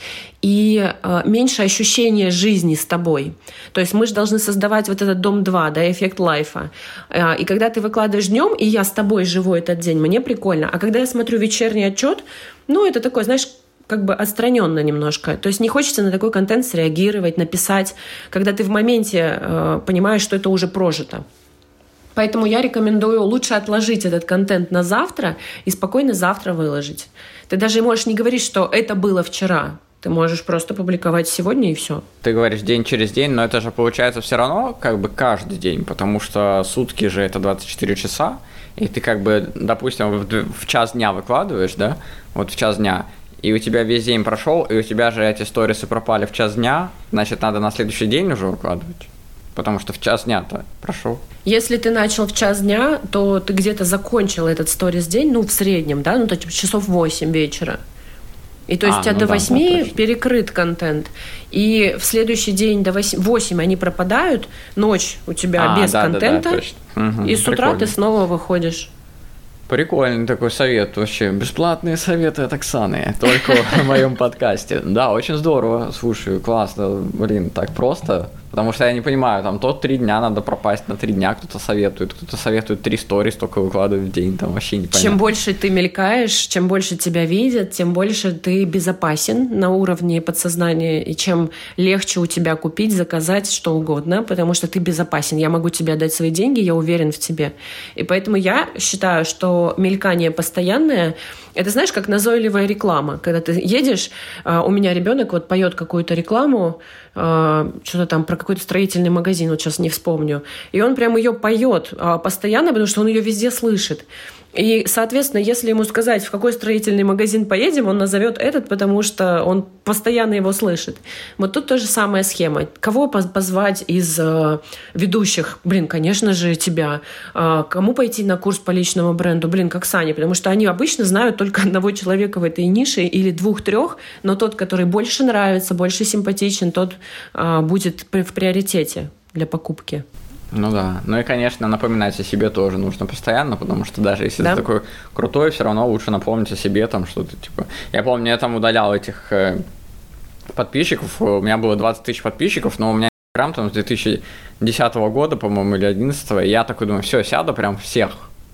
и э, меньше ощущения жизни с тобой. То есть мы же должны создавать вот этот дом два, да, эффект лайфа. Э, и когда ты выкладываешь днем, и я с тобой живу этот день, мне прикольно. А когда я смотрю вечерний отчет, ну, это такое, знаешь, как бы отстраненно немножко. То есть не хочется на такой контент среагировать, написать, когда ты в моменте э, понимаешь, что это уже прожито. Поэтому я рекомендую лучше отложить этот контент на завтра и спокойно завтра выложить. Ты даже можешь не говорить, что это было вчера. Ты можешь просто публиковать сегодня и все. Ты говоришь день через день, но это же получается все равно как бы каждый день, потому что сутки же это двадцать четыре часа, и ты как бы, допустим, в, в час дня выкладываешь, да, вот в час дня, и у тебя весь день прошел, и у тебя же эти сторисы пропали в час дня, значит, надо на следующий день уже выкладывать. Потому что в час дня-то прошел. Если ты начал в час дня, то ты где-то закончил этот сторис день, ну, в среднем, да, ну, то есть часов восемь вечера. И то есть а, у тебя ну до восьми да, перекрыт контент. И в следующий день до восьми они пропадают, ночь у тебя а, без да, контента, да, да, угу, и с утра прикольно. Ты снова выходишь. Прикольный такой совет вообще. Бесплатные советы от Оксаны. Только в моем подкасте. Да, очень здорово. Слушай, классно. Блин, так просто. Потому что я не понимаю, там то три дня надо пропасть на три дня, кто-то советует, кто-то советует три сторис только выкладывать в день, там вообще непонятно. Чем больше ты мелькаешь, чем больше тебя видят, тем больше ты безопасен на уровне подсознания, и чем легче у тебя купить, заказать что угодно, потому что ты безопасен. Я могу тебе дать свои деньги, я уверен в тебе. И поэтому я считаю, что мелькание постоянное, это, знаешь, как назойливая реклама. Когда ты едешь, у меня ребенок вот поет какую-то рекламу, что-то там про какой-то строительный магазин, вот сейчас не вспомню. И он прям ее поет постоянно, потому что он ее везде слышит. И, соответственно, если ему сказать, в какой строительный магазин поедем, он назовет этот, потому что он постоянно его слышит. Вот тут та же самая схема. Кого позвать из э, ведущих? Блин, конечно же, тебя. Э, кому пойти на курс по личному бренду? Блин, к Оксане, потому что они обычно знают только одного человека в этой нише или двух-трех, но тот, который больше нравится, больше симпатичен, тот э, будет в приоритете для покупки. Ну да. Ну и, конечно, напоминать о себе тоже нужно постоянно, потому что даже если да. ты такой крутой, все равно лучше напомнить о себе, там что-то типа... Я помню, я там удалял этих э, подписчиков, у меня было двадцать тысяч подписчиков, но у меня Инстаграм там с две тысячи десятого года, по-моему, или две тысячи одиннадцатого, и я такой думаю, все, сяду прям всех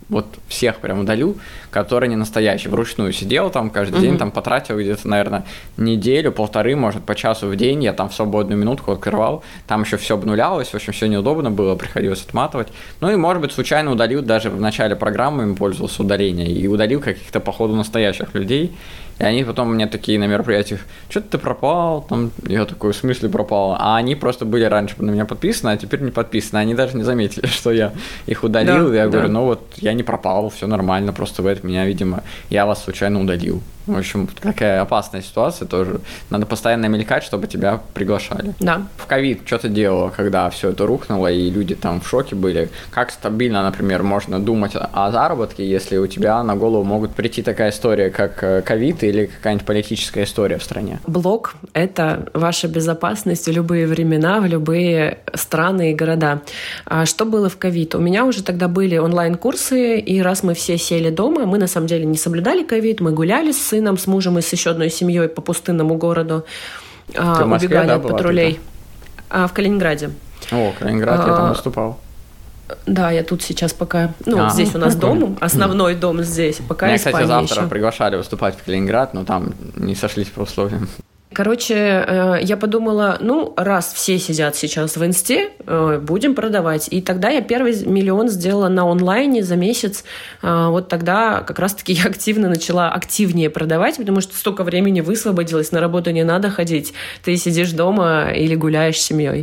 вот всех прям удалю, которые не настоящие. Вручную сидел там каждый mm-hmm. день, там потратил где-то, наверное, неделю, полторы, может, по часу в день, я там в свободную минутку открывал, там еще все обнулялось, в общем, все неудобно было, приходилось отматывать. Ну и, может быть, случайно удалил, даже в начале программы им пользовался удаления, и удалил каких-то, походу, настоящих людей. И они потом мне такие на мероприятиях: что-то ты пропал, там, я такой: в смысле пропал? А они просто были раньше на меня подписаны, а теперь не подписаны. Они даже не заметили, что я их удалил. Да, я да. говорю: ну вот, я не пропал, все нормально, просто вы от меня, видимо, я вас случайно удалил. В общем, такая опасная ситуация тоже. Надо постоянно мелькать, чтобы тебя приглашали. Да. В ковид что ты делала, когда все это рухнуло, и люди там в шоке были? Как стабильно, например, можно думать о заработке, если у тебя на голову могут прийти такая история, как ковид или какая-нибудь политическая история в стране? Блог — это ваша безопасность в любые времена, в любые страны и города. А что было в ковид? У меня уже тогда были онлайн-курсы, и раз мы все сели дома, мы на самом деле не соблюдали ковид, мы гуляли с сыном, с мужем и с еще одной семьей по пустынному городу, Ты в Москве, убегали да, от патрулей. А, в Калининграде. О, Калининград, а, я там выступал. Да, я тут сейчас пока... Ну, а, здесь у нас прикольно. дом, основной дом здесь, пока Меня, Испания кстати, завтра еще. приглашали выступать в Калининград, но там не сошлись по условиям. Короче, я подумала, ну, раз все сидят сейчас в инсте, будем продавать. И тогда я первый миллион сделала на онлайне за месяц. Вот тогда как раз-таки я активно начала активнее продавать, потому что столько времени высвободилось, на работу не надо ходить. Ты сидишь дома или гуляешь с семьей.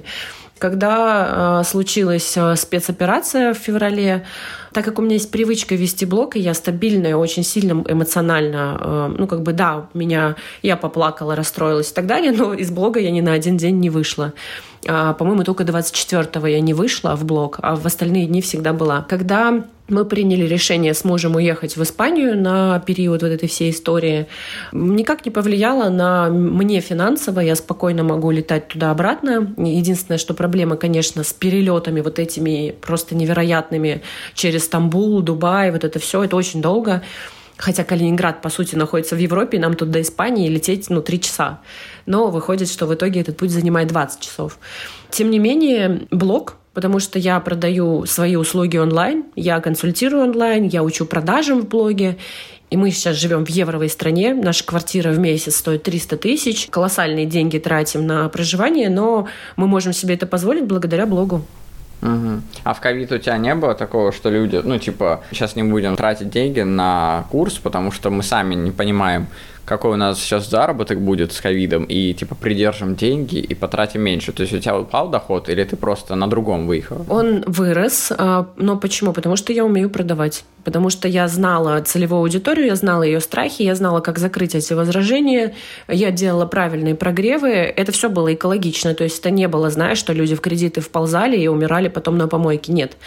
Когда э, случилась э, спецоперация в феврале, так как у меня есть привычка вести блог, и я стабильная, очень сильно эмоционально, э, ну, как бы, да, меня, я поплакала, расстроилась и так далее, но из блога я ни на один день не вышла. А, по-моему, только двадцать четвёртого я не вышла в блог, а в остальные дни всегда была. Когда мы приняли решение с мужем уехать в Испанию на период вот этой всей истории, никак не повлияло на мне финансово, я спокойно могу летать туда-обратно. Единственное, что проблема, конечно, с перелетами вот этими просто невероятными через Стамбул, Дубай, вот это все, это очень долго. Хотя Калининград, по сути, находится в Европе, нам тут до Испании лететь, ну, три часа. Но выходит, что в итоге этот путь занимает двадцать часов. Тем не менее, блог, потому что я продаю свои услуги онлайн, я консультирую онлайн, я учу продажам в блоге. И мы сейчас живем в евровой стране, наша квартира в месяц стоит триста тысяч, колоссальные деньги тратим на проживание, но мы можем себе это позволить благодаря блогу. Угу. А в ковид у тебя не было такого, что люди, ну, типа, сейчас не будем тратить деньги на курс, потому что мы сами не понимаем, какой у нас сейчас заработок будет с ковидом, и, типа, придержим деньги и потратим меньше. То есть у тебя упал доход, или ты просто на другом выехал? Он вырос, но почему? Потому что я умею продавать. Потому что я знала целевую аудиторию, я знала ее страхи, я знала, как закрыть эти возражения, я делала правильные прогревы. Это все было экологично. То есть это не было, знаешь, что люди в кредиты вползали и умирали потом на помойке. Нет.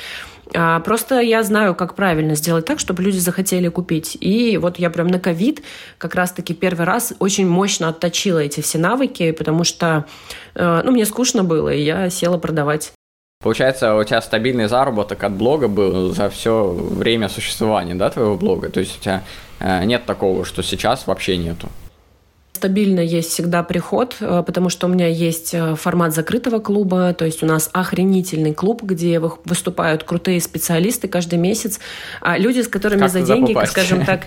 А просто я знаю, как правильно сделать так, чтобы люди захотели купить. И вот я прям на ковид как раз-таки первый раз очень мощно отточила эти все навыки, потому что ну, мне скучно было, и я села продавать. Получается, у тебя стабильный заработок от блога был за все время существования, да, твоего блога? То есть у тебя нет такого, что сейчас вообще нету? Стабильно есть всегда приход, потому что у меня есть формат закрытого клуба, то есть у нас охренительный клуб, где выступают крутые специалисты каждый месяц, люди, с которыми как за деньги, попасть? скажем так,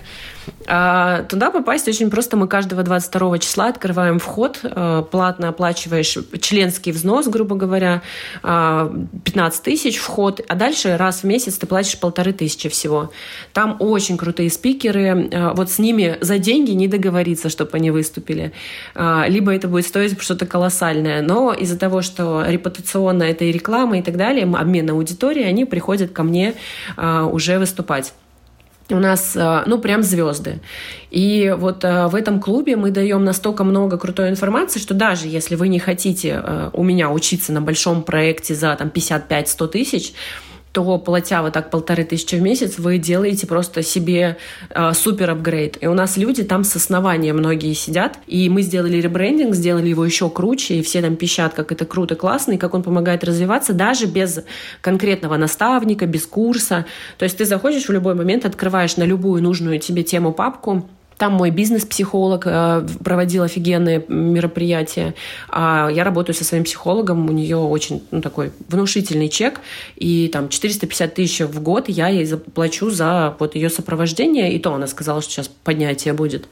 туда попасть очень просто. Мы каждого двадцать второго числа открываем вход, платно оплачиваешь членский взнос, грубо говоря, пятнадцать тысяч вход, а дальше раз в месяц ты платишь полторы тысячи всего. Там очень крутые спикеры, вот с ними за деньги не договориться, чтобы они выступили. Либо это будет стоить что-то колоссальное. Но из-за того, что репутационно это и реклама и так далее, обмен аудиторией, они приходят ко мне уже выступать. У нас, ну, прям звезды. И вот в этом клубе мы даем настолько много крутой информации, что даже если вы не хотите у меня учиться на большом проекте за там, пятьдесят пять - сто тысяч, то, платя вот так полторы тысячи в месяц, вы делаете просто себе э, супер апгрейд. И у нас люди там с основания многие сидят, и мы сделали ребрендинг, сделали его еще круче, и все там пищат, как это круто, классно, и как он помогает развиваться даже без конкретного наставника, без курса. То есть ты заходишь в любой момент, открываешь на любую нужную тебе тему папку, Там мой бизнес-психолог э, проводил офигенные мероприятия. А я работаю со своим психологом. У нее очень ну, такой внушительный чек. И там четыреста пятьдесят тысяч в год я ей заплачу за вот, ее сопровождение. И то она сказала, что сейчас поднятие будет.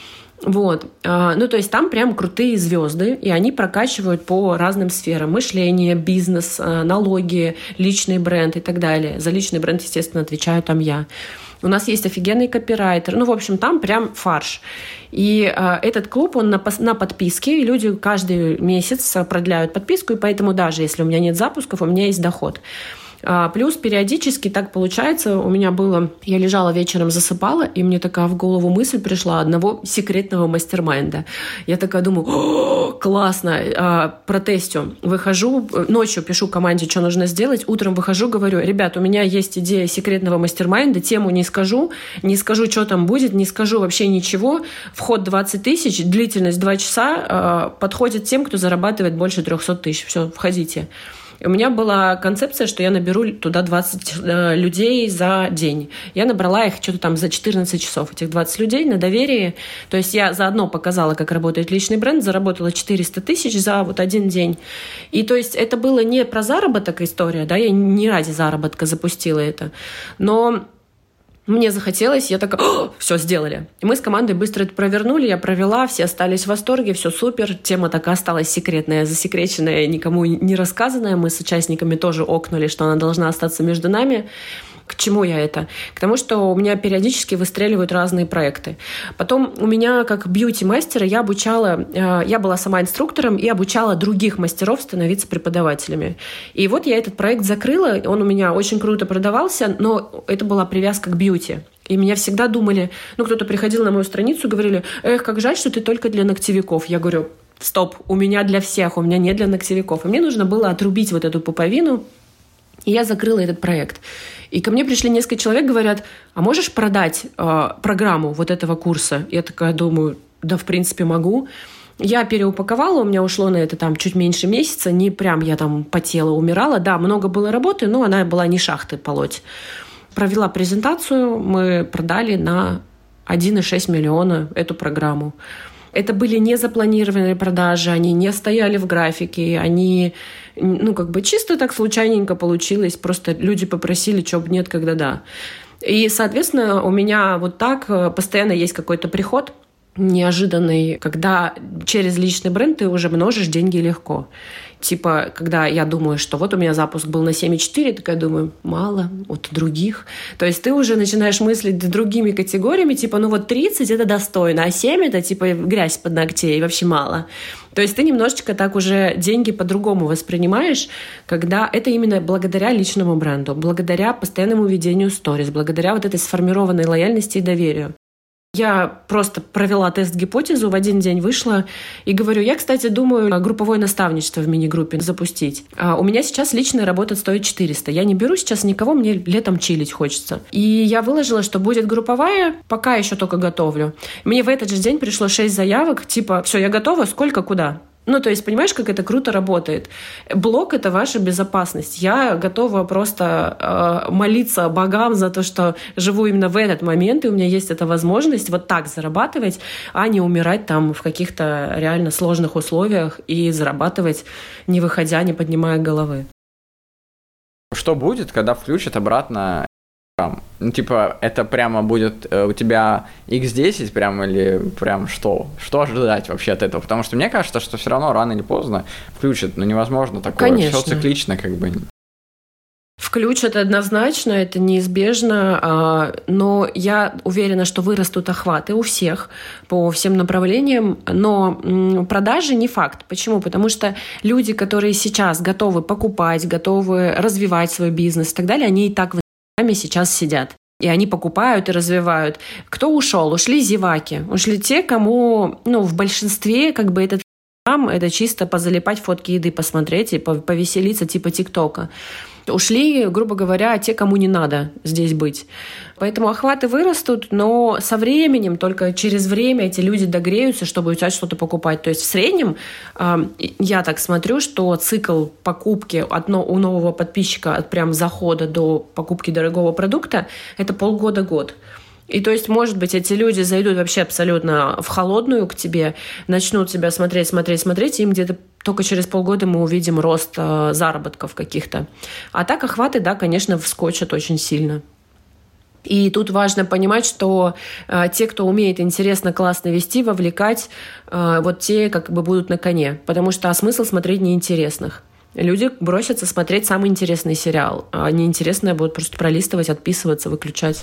Вот. Ну, то есть там прям крутые звезды, и они прокачивают по разным сферам. Мышление, бизнес, налоги, личный бренд и так далее. За личный бренд, естественно, отвечаю там я. У нас есть офигенный копирайтер. Ну, в общем, там прям фарш. И э, этот клуб, он на, на подписке, и люди каждый месяц продляют подписку, и поэтому даже если у меня нет запусков, у меня есть доход. А, плюс периодически так получается, у меня было, я лежала вечером, засыпала, и мне такая в голову мысль пришла одного секретного мастер-майнда. Я такая думаю, классно, а, протестю. Выхожу, ночью пишу команде, что нужно сделать, утром выхожу, говорю, ребят, у меня есть идея секретного мастер-майнда, тему не скажу, не скажу, что там будет, не скажу вообще ничего, вход двадцать тысяч, длительность два часа, а, подходит тем, кто зарабатывает больше триста тысяч. Все, входите. У меня была концепция, что я наберу туда двадцать э, людей за день. Я набрала их что-то там за четырнадцать часов, этих двадцать людей на доверии. То есть я заодно показала, как работает личный бренд, заработала четыреста тысяч за вот один день. И то есть это было не про заработок история, да, я не ради заработка запустила это, но мне захотелось, я такая, все, сделали. И мы с командой быстро это провернули, я провела, все остались в восторге, все супер. Тема такая осталась секретная, засекреченная, никому не рассказанная. Мы с участниками тоже окнули, что она должна остаться между нами. К чему я это? К тому, что у меня периодически выстреливают разные проекты. Потом у меня, как бьюти-мастера, я обучала, я была сама инструктором и обучала других мастеров становиться преподавателями. И вот я этот проект закрыла, он у меня очень круто продавался, но это была привязка к бьюти. И меня всегда думали, ну, кто-то приходил на мою страницу и говорили, эх, как жаль, что ты только для ногтевиков. Я говорю, стоп, у меня для всех, у меня не для ногтевиков. И мне нужно было отрубить вот эту пуповину, и я закрыла этот проект. И ко мне пришли несколько человек, говорят, а можешь продать э, программу вот этого курса? Я такая думаю, да, в принципе, могу. Я переупаковала, у меня ушло на это там чуть меньше месяца, не прям я там потела, умирала. Да, много было работы, но она была не шахты полоть. Провела презентацию, мы продали на один целых шесть десятых миллиона эту программу. Это были не запланированные продажи, они не стояли в графике, они, ну, как бы чисто так случайненько получилось, просто люди попросили, чё бы нет, когда да. И, соответственно, у меня вот так постоянно есть какой-то приход неожиданный, когда через личный бренд ты уже множишь деньги легко. Типа, когда я думаю, что вот у меня запуск был на семь целых четыре, так я думаю, мало, от других. То есть ты уже начинаешь мыслить другими категориями, типа, ну вот тридцать это достойно, а семь это типа грязь под ногтей, вообще мало. То есть ты немножечко так уже деньги по-другому воспринимаешь, когда это именно благодаря личному бренду, благодаря постоянному ведению сторис, благодаря вот этой сформированной лояльности и доверию. Я просто провела тест-гипотезу, в один день вышла и говорю, я, кстати, думаю групповое наставничество в мини-группе запустить. А у меня сейчас личная работа стоит четыреста. Я не беру сейчас никого, мне летом чилить хочется. И я выложила, что будет групповая, пока еще только готовлю. Мне в этот же день пришло шесть заявок, типа, все, я готова, сколько, куда? Ну, то есть, понимаешь, как это круто работает? Блог — это ваша безопасность. Я готова просто э, молиться богам за то, что живу именно в этот момент, и у меня есть эта возможность вот так зарабатывать, а не умирать там в каких-то реально сложных условиях и зарабатывать, не выходя, не поднимая головы. Что будет, когда включат обратно? Ну, типа, это прямо будет э, у тебя икс десять прям или прям что? Что ожидать вообще от этого? Потому что мне кажется, что все равно рано или поздно включат, но невозможно такое. Конечно. Все циклично как бы. Включат однозначно, это неизбежно, но я уверена, что вырастут охваты у всех по всем направлениям, но продажи не факт. Почему? Потому что люди, которые сейчас готовы покупать, готовы развивать свой бизнес и так далее, они и так в сейчас сидят. И они покупают и развивают. Кто ушел? Ушли зеваки. Ушли те, кому, ну, в большинстве, как бы, этот это чисто позалипать фотки еды, посмотреть и повеселиться типа ТикТока. Ушли, грубо говоря, те, кому не надо здесь быть. Поэтому охваты вырастут, но со временем, только через время эти люди догреются, чтобы у тебя что-то покупать. То есть в среднем я так смотрю, что цикл покупки от, у нового подписчика от прям захода до покупки дорогого продукта – это полгода-год. И то есть, может быть, эти люди зайдут вообще абсолютно в холодную к тебе, начнут тебя смотреть, смотреть, смотреть, и им где-то только через полгода мы увидим рост э, заработков каких-то. А так охваты, да, конечно, вскочат очень сильно. И тут важно понимать, что э, те, кто умеет интересно, классно вести, вовлекать, э, вот те как бы будут на коне. Потому что а смысл смотреть неинтересных? Люди бросятся смотреть самый интересный сериал, а неинтересное будут просто пролистывать, отписываться, выключать.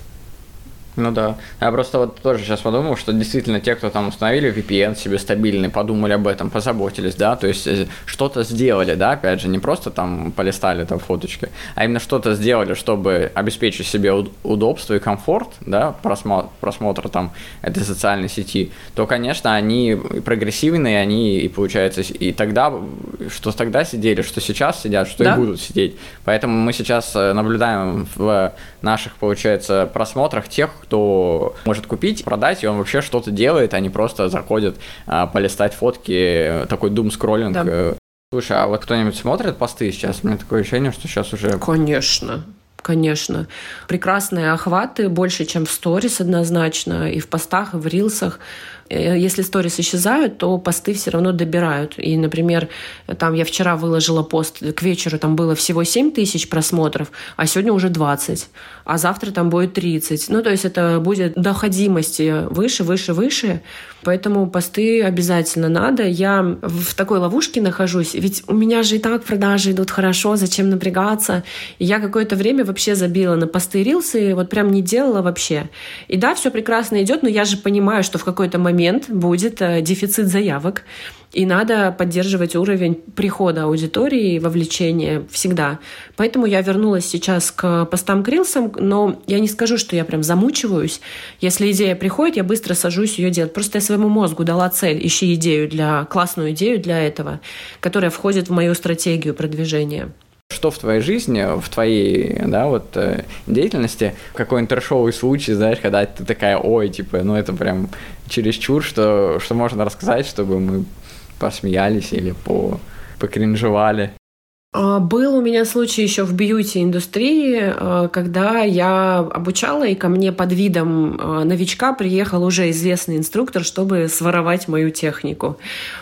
Ну да. Я просто вот тоже сейчас подумал, что действительно те, кто там установили ви пи эн себе стабильный, подумали об этом, позаботились, да, то есть что-то сделали, да, опять же, не просто там полистали там фоточки, а именно что-то сделали, чтобы обеспечить себе удобство и комфорт, да, просмотр, просмотра там этой социальной сети, то, конечно, они прогрессивные, они и получается, и тогда, что тогда сидели, что сейчас сидят, что да? и будут сидеть. Поэтому мы сейчас наблюдаем в наших, получается, просмотрах тех, кто может купить, продать, и он вообще что-то делает, а не просто заходит а, полистать фотки, такой дум-скроллинг. Да. Слушай, а вот кто-нибудь смотрит посты сейчас? У меня такое ощущение, что сейчас уже... Конечно. Конечно. Прекрасные охваты, больше, чем в сторис однозначно, и в постах, и в рилсах. Если сторис исчезают, то посты все равно добирают. И, например, там я вчера выложила пост, к вечеру там было всего семь тысяч просмотров, а сегодня уже двадцать. А завтра там будет тридцать. Ну, то есть это будет доходимости выше, выше, выше. Поэтому посты обязательно надо. Я в такой ловушке нахожусь. Ведь у меня же и так продажи идут хорошо, зачем напрягаться? И я какое-то время вообще забила на посты и рилсы, вот прям не делала вообще. И да, все прекрасно идет, но я же понимаю, что в какой-то момент момент будет дефицит заявок, и надо поддерживать уровень прихода аудитории, вовлечения всегда. Поэтому я вернулась сейчас к постам, к рилсам, но я не скажу, что я прям замучиваюсь. Если идея приходит, я быстро сажусь ее делать. Просто я своему мозгу дала цель, ищи идею для, классную идею для этого, которая входит в мою стратегию продвижения. Что в твоей жизни, в твоей, да, вот, э, деятельности, какой интершовый случай, знаешь, когда ты такая, ой, типа, ну это прям чересчур, что, что можно рассказать, чтобы мы посмеялись или по, покринжевали? Был у меня случай еще в бьюти-индустрии, когда я обучала, и ко мне под видом новичка приехал уже известный инструктор, чтобы своровать мою технику.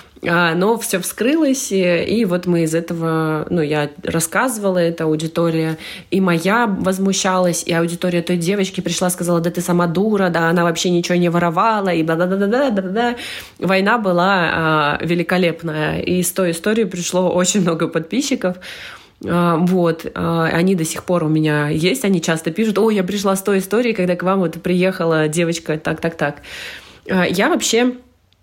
Но все вскрылось, и вот мы из этого, ну, я рассказывала это, аудитория и моя возмущалась, и аудитория той девочки пришла, сказала, да ты сама дура, да она вообще ничего не воровала, и да-да-да-да-да-да. Война была а, великолепная, и с той истории пришло очень много подписчиков. Вот, они до сих пор у меня есть, они часто пишут, ой, я пришла с той историей, когда к вам вот приехала девочка так-так-так. Я вообще...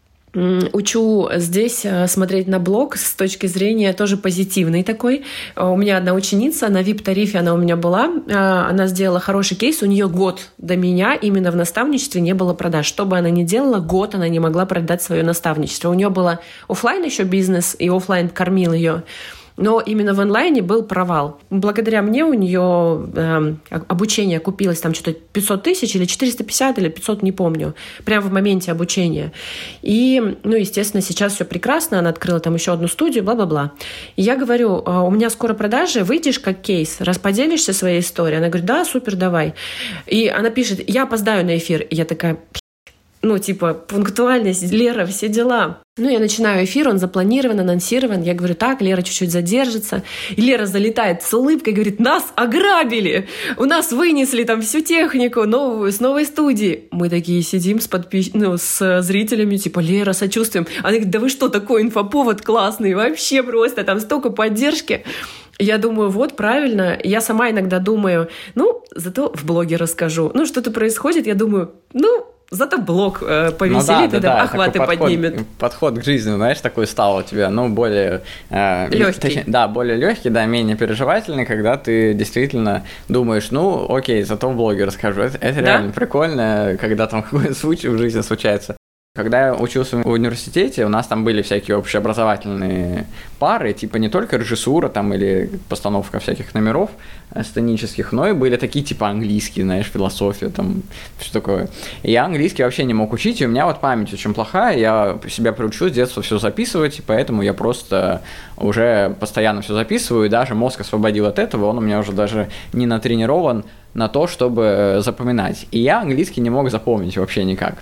учу здесь смотреть на блог с точки зрения тоже позитивной такой. У меня одна ученица на ви ай пи-тарифе, она у меня была, она сделала хороший кейс, у нее год до меня именно в наставничестве не было продаж. Что бы она ни делала, год она не могла продать свое наставничество. У нее было офлайн еще бизнес, и офлайн кормил ее. Но именно в онлайне был провал. Благодаря мне у нее э, обучение купилось там что-то пятьсот тысяч или четыреста пятьдесят или пятьсот, не помню. Прямо в моменте обучения. И, ну, естественно, сейчас все прекрасно. Она открыла там еще одну студию, бла-бла-бла. И я говорю, у меня скоро продажи, выйдешь как кейс, расподелишься своей историей? Она говорит, да, супер, давай. И она пишет, я опоздаю на эфир. И я такая... Ну, типа, пунктуальность, Лера, все дела. Ну, я начинаю эфир, он запланирован, анонсирован. Я говорю, так, Лера чуть-чуть задержится. И Лера залетает с улыбкой, говорит, нас ограбили! У нас вынесли там всю технику новую, с новой студии. Мы такие сидим с, подпис... ну, с зрителями, типа, Лера, сочувствуем. Она говорит, да вы что, такой инфоповод классный, вообще просто, там столько поддержки. Я думаю, вот, правильно. Я сама иногда думаю, ну, зато в блоге расскажу. Ну, что-то происходит, я думаю, ну, зато блог э, повеселит, ну, да, и да, да, охваты подход, поднимет. Подход к жизни, знаешь, такой стал у тебя, ну, более... Э, легкий. Точнее, да, более легкий, да, менее переживательный, когда ты действительно думаешь, ну, окей, зато в блоге расскажу. Это, это да? реально прикольно, когда там какой-то случай в жизни случается. Когда я учился в университете, у нас там были всякие общеобразовательные пары, типа не только режиссура там или постановка всяких номеров сценических, но и были такие типа английские, знаешь, философия, там, что такое. И я английский вообще не мог учить, и у меня вот память очень плохая, я себя приучил с детства все записывать, и поэтому я просто уже постоянно все записываю, и даже мозг освободил от этого, он у меня уже даже не натренирован на то, чтобы запоминать. И я английский не мог запомнить вообще никак.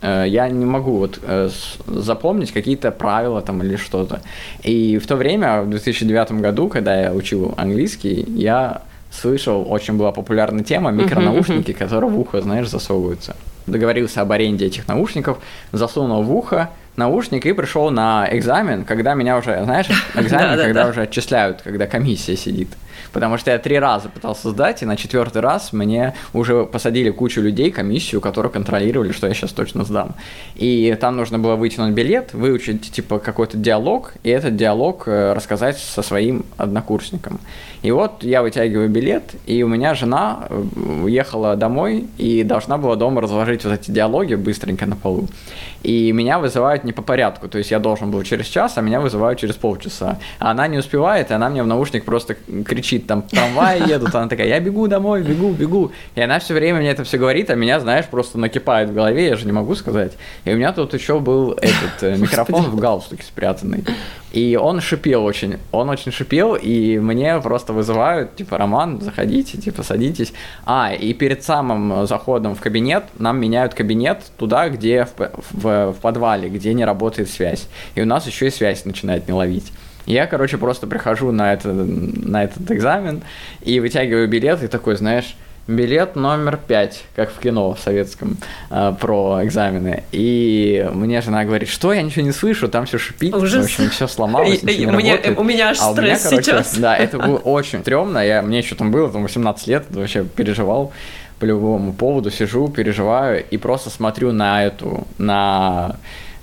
Я не могу вот запомнить какие-то правила там или что-то. И в то время, в две тысячи девятом году, когда я учил английский, я слышал, очень была популярная тема микронаушники, uh-huh, uh-huh. которые в ухо, знаешь, засовываются. Договорился об аренде этих наушников, засунул в ухо наушник и пришел на экзамен, когда меня уже, знаешь, экзамен, когда уже отчисляют, когда комиссия сидит. Потому что я три раза пытался сдать, и на четвертый раз мне уже посадили кучу людей, комиссию, которые контролировали, что я сейчас точно сдам. И там нужно было вытянуть билет, выучить типа какой-то диалог, и этот диалог рассказать со своим однокурсником. И вот я вытягиваю билет, и у меня жена уехала домой и должна была дома разложить вот эти диалоги быстренько на полу. И меня вызывают не по порядку, то есть я должен был через час, а меня вызывают через полчаса. А она не успевает, и она мне в наушник просто кричит, там трамваи едут, она такая, я бегу домой, бегу, бегу. И она все время мне это все говорит, а меня, знаешь, просто накипает в голове, я же не могу сказать. И у меня тут еще был этот микрофон в галстуке спрятанный. И он шипел очень, он очень шипел, и мне просто вызывают, типа, Роман, заходите, типа, садитесь. А, и перед самым заходом в кабинет нам меняют кабинет туда, где в, в, в подвале, где не работает связь. И у нас еще и связь начинает не ловить. Я, короче, просто прихожу на, это, на этот экзамен и вытягиваю билет, и такой, знаешь, билет номер пять, как в кино советском, э, про экзамены. И мне жена говорит, что я ничего не слышу, там все шипит, ужас. В общем, все сломалось, ничего не меня, работает. У меня аж а стресс у меня, короче, сейчас. Да, это было очень стрёмно, я, мне еще там было, там восемнадцать лет, вообще переживал по любому поводу, сижу, переживаю и просто смотрю на эту, на...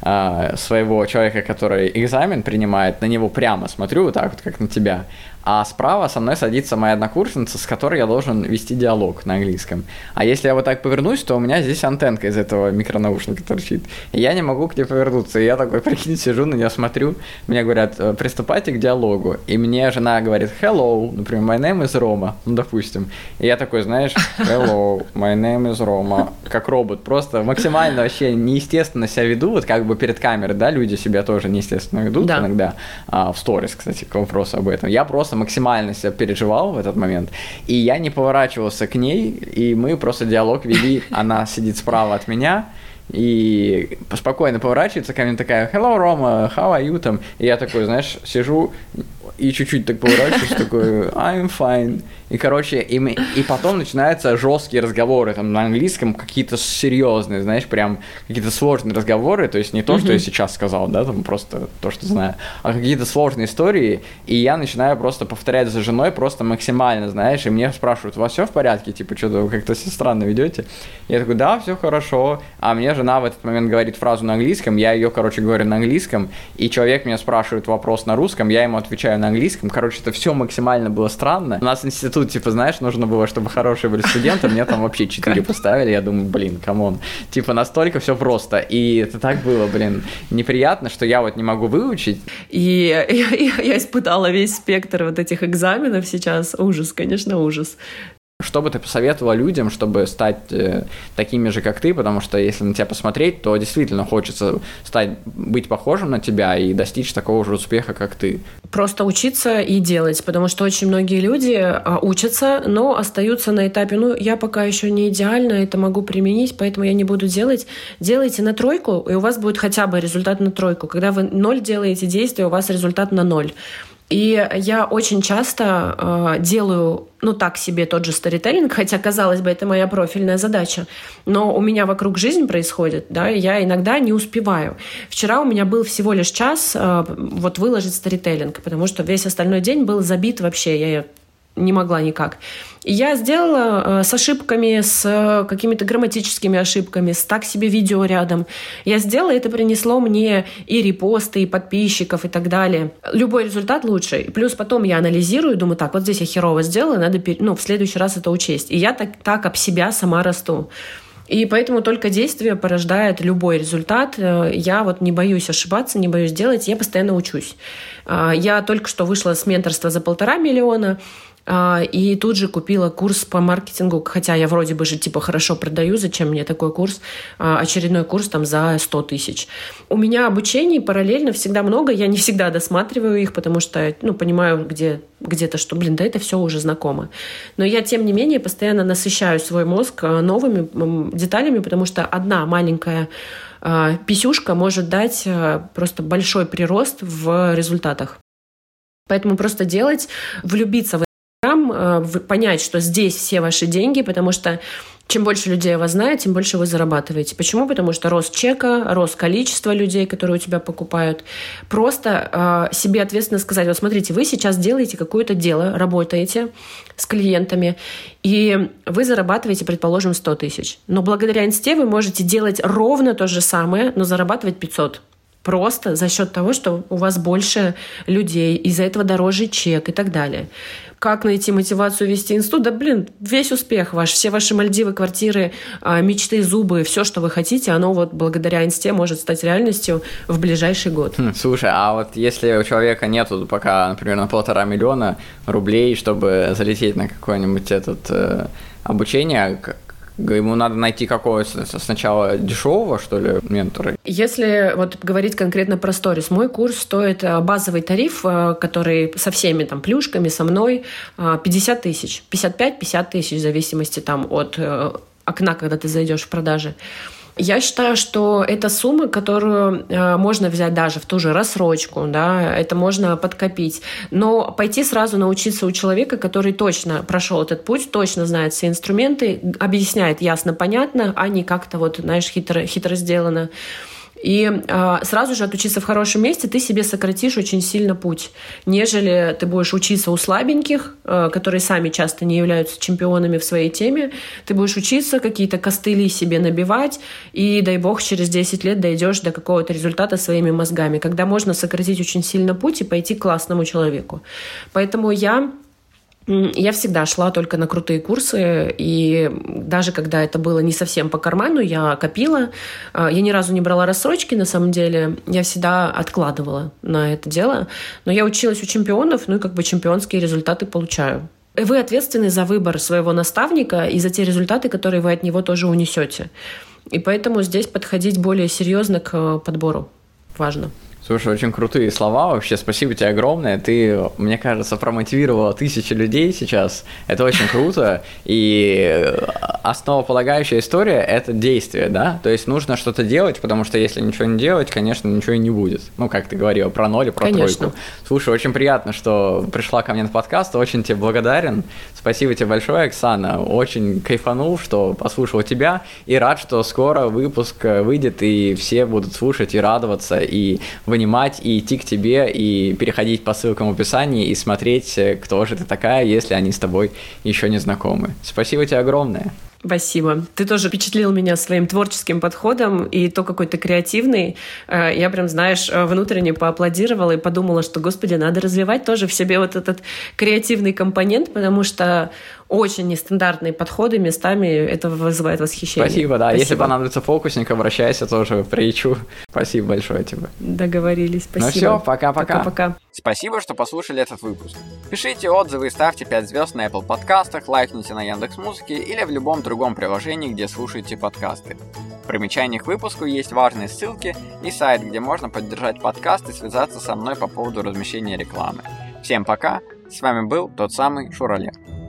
своего человека, который экзамен принимает, на него прямо смотрю, вот так вот, как на тебя, а справа со мной садится моя однокурсница, с которой я должен вести диалог на английском. А если я вот так повернусь, то у меня здесь антенка из этого микронаушника торчит, и я не могу к ней повернуться, и я такой, прикинь, сижу, на нее смотрю, мне говорят, приступайте к диалогу, и мне жена говорит, hello, например, my name is Roma, ну, допустим, и я такой, знаешь, hello, my name is Roma, как робот, просто максимально вообще неестественно себя веду, вот как бы перед камерой, да, люди себя тоже неестественно ведут да. иногда, а, в сторис, кстати, к вопросу об этом, я просто максимально себя переживал в этот момент, и я не поворачивался к ней, и мы просто диалог вели, она сидит справа от меня, и спокойно поворачивается ко мне такая, hello, Рома, how are you, там, и я такой, знаешь, сижу и чуть-чуть так поворачиваюсь, такой, I'm fine, и, короче, и, мы, и потом начинаются жесткие разговоры, там, на английском какие-то серьезные, знаешь, прям какие-то сложные разговоры, то есть не то, mm-hmm. что я сейчас сказал, да, там, просто то, что знаю, а какие-то сложные истории, и я начинаю просто повторять за женой просто максимально, знаешь, и мне спрашивают, у вас все в порядке, типа, что-то вы как-то все странно ведете? Я такой, да, все хорошо, а мне жена в этот момент говорит фразу на английском, я ее, короче, говорю на английском, и человек меня спрашивает вопрос на русском, я ему отвечаю на английском, короче, это все максимально было странно. У нас институт, типа, знаешь, нужно было, чтобы хорошие были студенты, мне там вообще четыре поставили, я думаю, блин, камон, типа, настолько все просто, и это так было, блин, неприятно, что я вот не могу выучить. И я, я, я испытала весь спектр вот этих экзаменов сейчас, ужас, конечно, ужас. Что бы ты посоветовала людям, чтобы стать э, такими же, как ты, потому что если на тебя посмотреть, то действительно хочется стать, быть похожим на тебя и достичь такого же успеха, как ты. Просто учиться и делать, потому что очень многие люди а, учатся, но остаются на этапе, ну, я пока еще не идеально это могу применить, поэтому я не буду делать. Делайте на тройку, и у вас будет хотя бы результат на тройку. Когда вы ноль делаете действия, у вас результат на ноль. И я очень часто э, делаю, ну, так себе тот же сторителлинг, хотя, казалось бы, это моя профильная задача, но у меня вокруг жизнь происходит, да, и я иногда не успеваю. Вчера у меня был всего лишь час э, вот выложить сторителлинг, потому что весь остальной день был забит вообще, я не могла никак. И я сделала э, с ошибками, с э, какими-то грамматическими ошибками, с так себе видео рядом. Я сделала, это принесло мне и репосты, и подписчиков, и так далее. Любой результат лучше. И плюс потом я анализирую, думаю, так, вот здесь я херово сделала, надо ну, в следующий раз это учесть. И я так, так об себя сама расту. И поэтому только действие порождает любой результат. Я вот не боюсь ошибаться, не боюсь делать, я постоянно учусь. Я только что вышла с менторства за полтора миллиона, и тут же купила курс по маркетингу, хотя я вроде бы же типа хорошо продаю, зачем мне такой курс, очередной курс там за сто тысяч. У меня обучений параллельно всегда много, я не всегда досматриваю их, потому что, ну, понимаю где, где-то, что, блин, да это все уже знакомо. Но я, тем не менее, постоянно насыщаю свой мозг новыми деталями, потому что одна маленькая писюшка может дать просто большой прирост в результатах. Поэтому просто делать, влюбиться в понять, что здесь все ваши деньги, потому что чем больше людей вас знает, тем больше вы зарабатываете. Почему? Потому что рост чека, рост количества людей, которые у тебя покупают. Просто э, себе ответственно сказать, вот смотрите, вы сейчас делаете какое-то дело, работаете с клиентами, и вы зарабатываете, предположим, сто тысяч. Но благодаря инсте вы можете делать ровно то же самое, но зарабатывать пятьсот. Просто за счет того, что у вас больше людей, из-за этого дороже чек и так далее. Как найти мотивацию вести инсту? Да, блин, весь успех ваш, все ваши Мальдивы, квартиры, мечты, зубы, все, что вы хотите, оно вот благодаря инсте может стать реальностью в ближайший год. Хм, слушай, а вот если у человека нету пока, например, на полтора миллиона рублей, чтобы залететь на какое-нибудь этот э, обучение, ему надо найти какого-то сначала дешевого, что ли, ментора? Если вот говорить конкретно про сторис, мой курс стоит базовый тариф, который со всеми там плюшками, со мной, пятьдесят тысяч. пятьдесят пять - пятьдесят тысяч, в зависимости там от окна, когда ты зайдешь в продажи. Я считаю, что это сумма, которую э, можно взять даже в ту же рассрочку, да, это можно подкопить, но пойти сразу научиться у человека, который точно прошел этот путь, точно знает все инструменты, объясняет ясно, понятно, а не как-то вот, знаешь, хитро, хитро сделано. И э, сразу же отучиться в хорошем месте ты себе сократишь очень сильно путь, нежели ты будешь учиться у слабеньких, э, которые сами часто не являются чемпионами в своей теме. Ты будешь учиться, какие-то костыли себе набивать, и, дай бог, через десять лет дойдешь до какого-то результата своими мозгами, когда можно сократить очень сильно путь и пойти к классному человеку. Поэтому я... Я всегда шла только на крутые курсы, и даже когда это было не совсем по карману, я копила. Я ни разу не брала рассрочки, на самом деле. Я всегда откладывала на это дело. Но я училась у чемпионов, ну и как бы чемпионские результаты получаю. Вы ответственны за выбор своего наставника и за те результаты, которые вы от него тоже унесете. И поэтому здесь подходить более серьезно к подбору важно. Слушай, очень крутые слова вообще, спасибо тебе огромное, ты, мне кажется, промотивировала тысячи людей сейчас, это очень круто, и основополагающая история – это действие, да, то есть нужно что-то делать, потому что если ничего не делать, конечно, ничего и не будет, ну, как ты говорила, про ноль и про конечно. Тройку. Слушай, очень приятно, что пришла ко мне на подкаст, очень тебе благодарен, спасибо тебе большое, Оксана, очень кайфанул, что послушал тебя, и рад, что скоро выпуск выйдет, и все будут слушать и радоваться, и вынимать, и идти к тебе, и переходить по ссылкам в описании, и смотреть, кто же ты такая, если они с тобой еще не знакомы. Спасибо тебе огромное. Спасибо. Ты тоже впечатлил меня своим творческим подходом, и то, какой ты креативный. Я прям, знаешь, внутренне поаплодировала и подумала, что, господи, надо развивать тоже в себе вот этот креативный компонент, потому что очень нестандартные подходы местами это вызывает восхищение. Спасибо, да. Спасибо. Если понадобится фокусник, обращайся, тоже приичу. Спасибо большое тебе. Договорились. Спасибо. Ну все, пока-пока. Пока-пока. Спасибо, что послушали этот выпуск. Пишите отзывы и ставьте пять звезд на Apple подкастах, лайкните на Яндекс.Музыке или в любом другом приложении, где слушаете подкасты. В примечаниях к выпуску есть важные ссылки и сайт, где можно поддержать подкаст и связаться со мной по поводу размещения рекламы. Всем пока, с вами был тот самый Шуралер.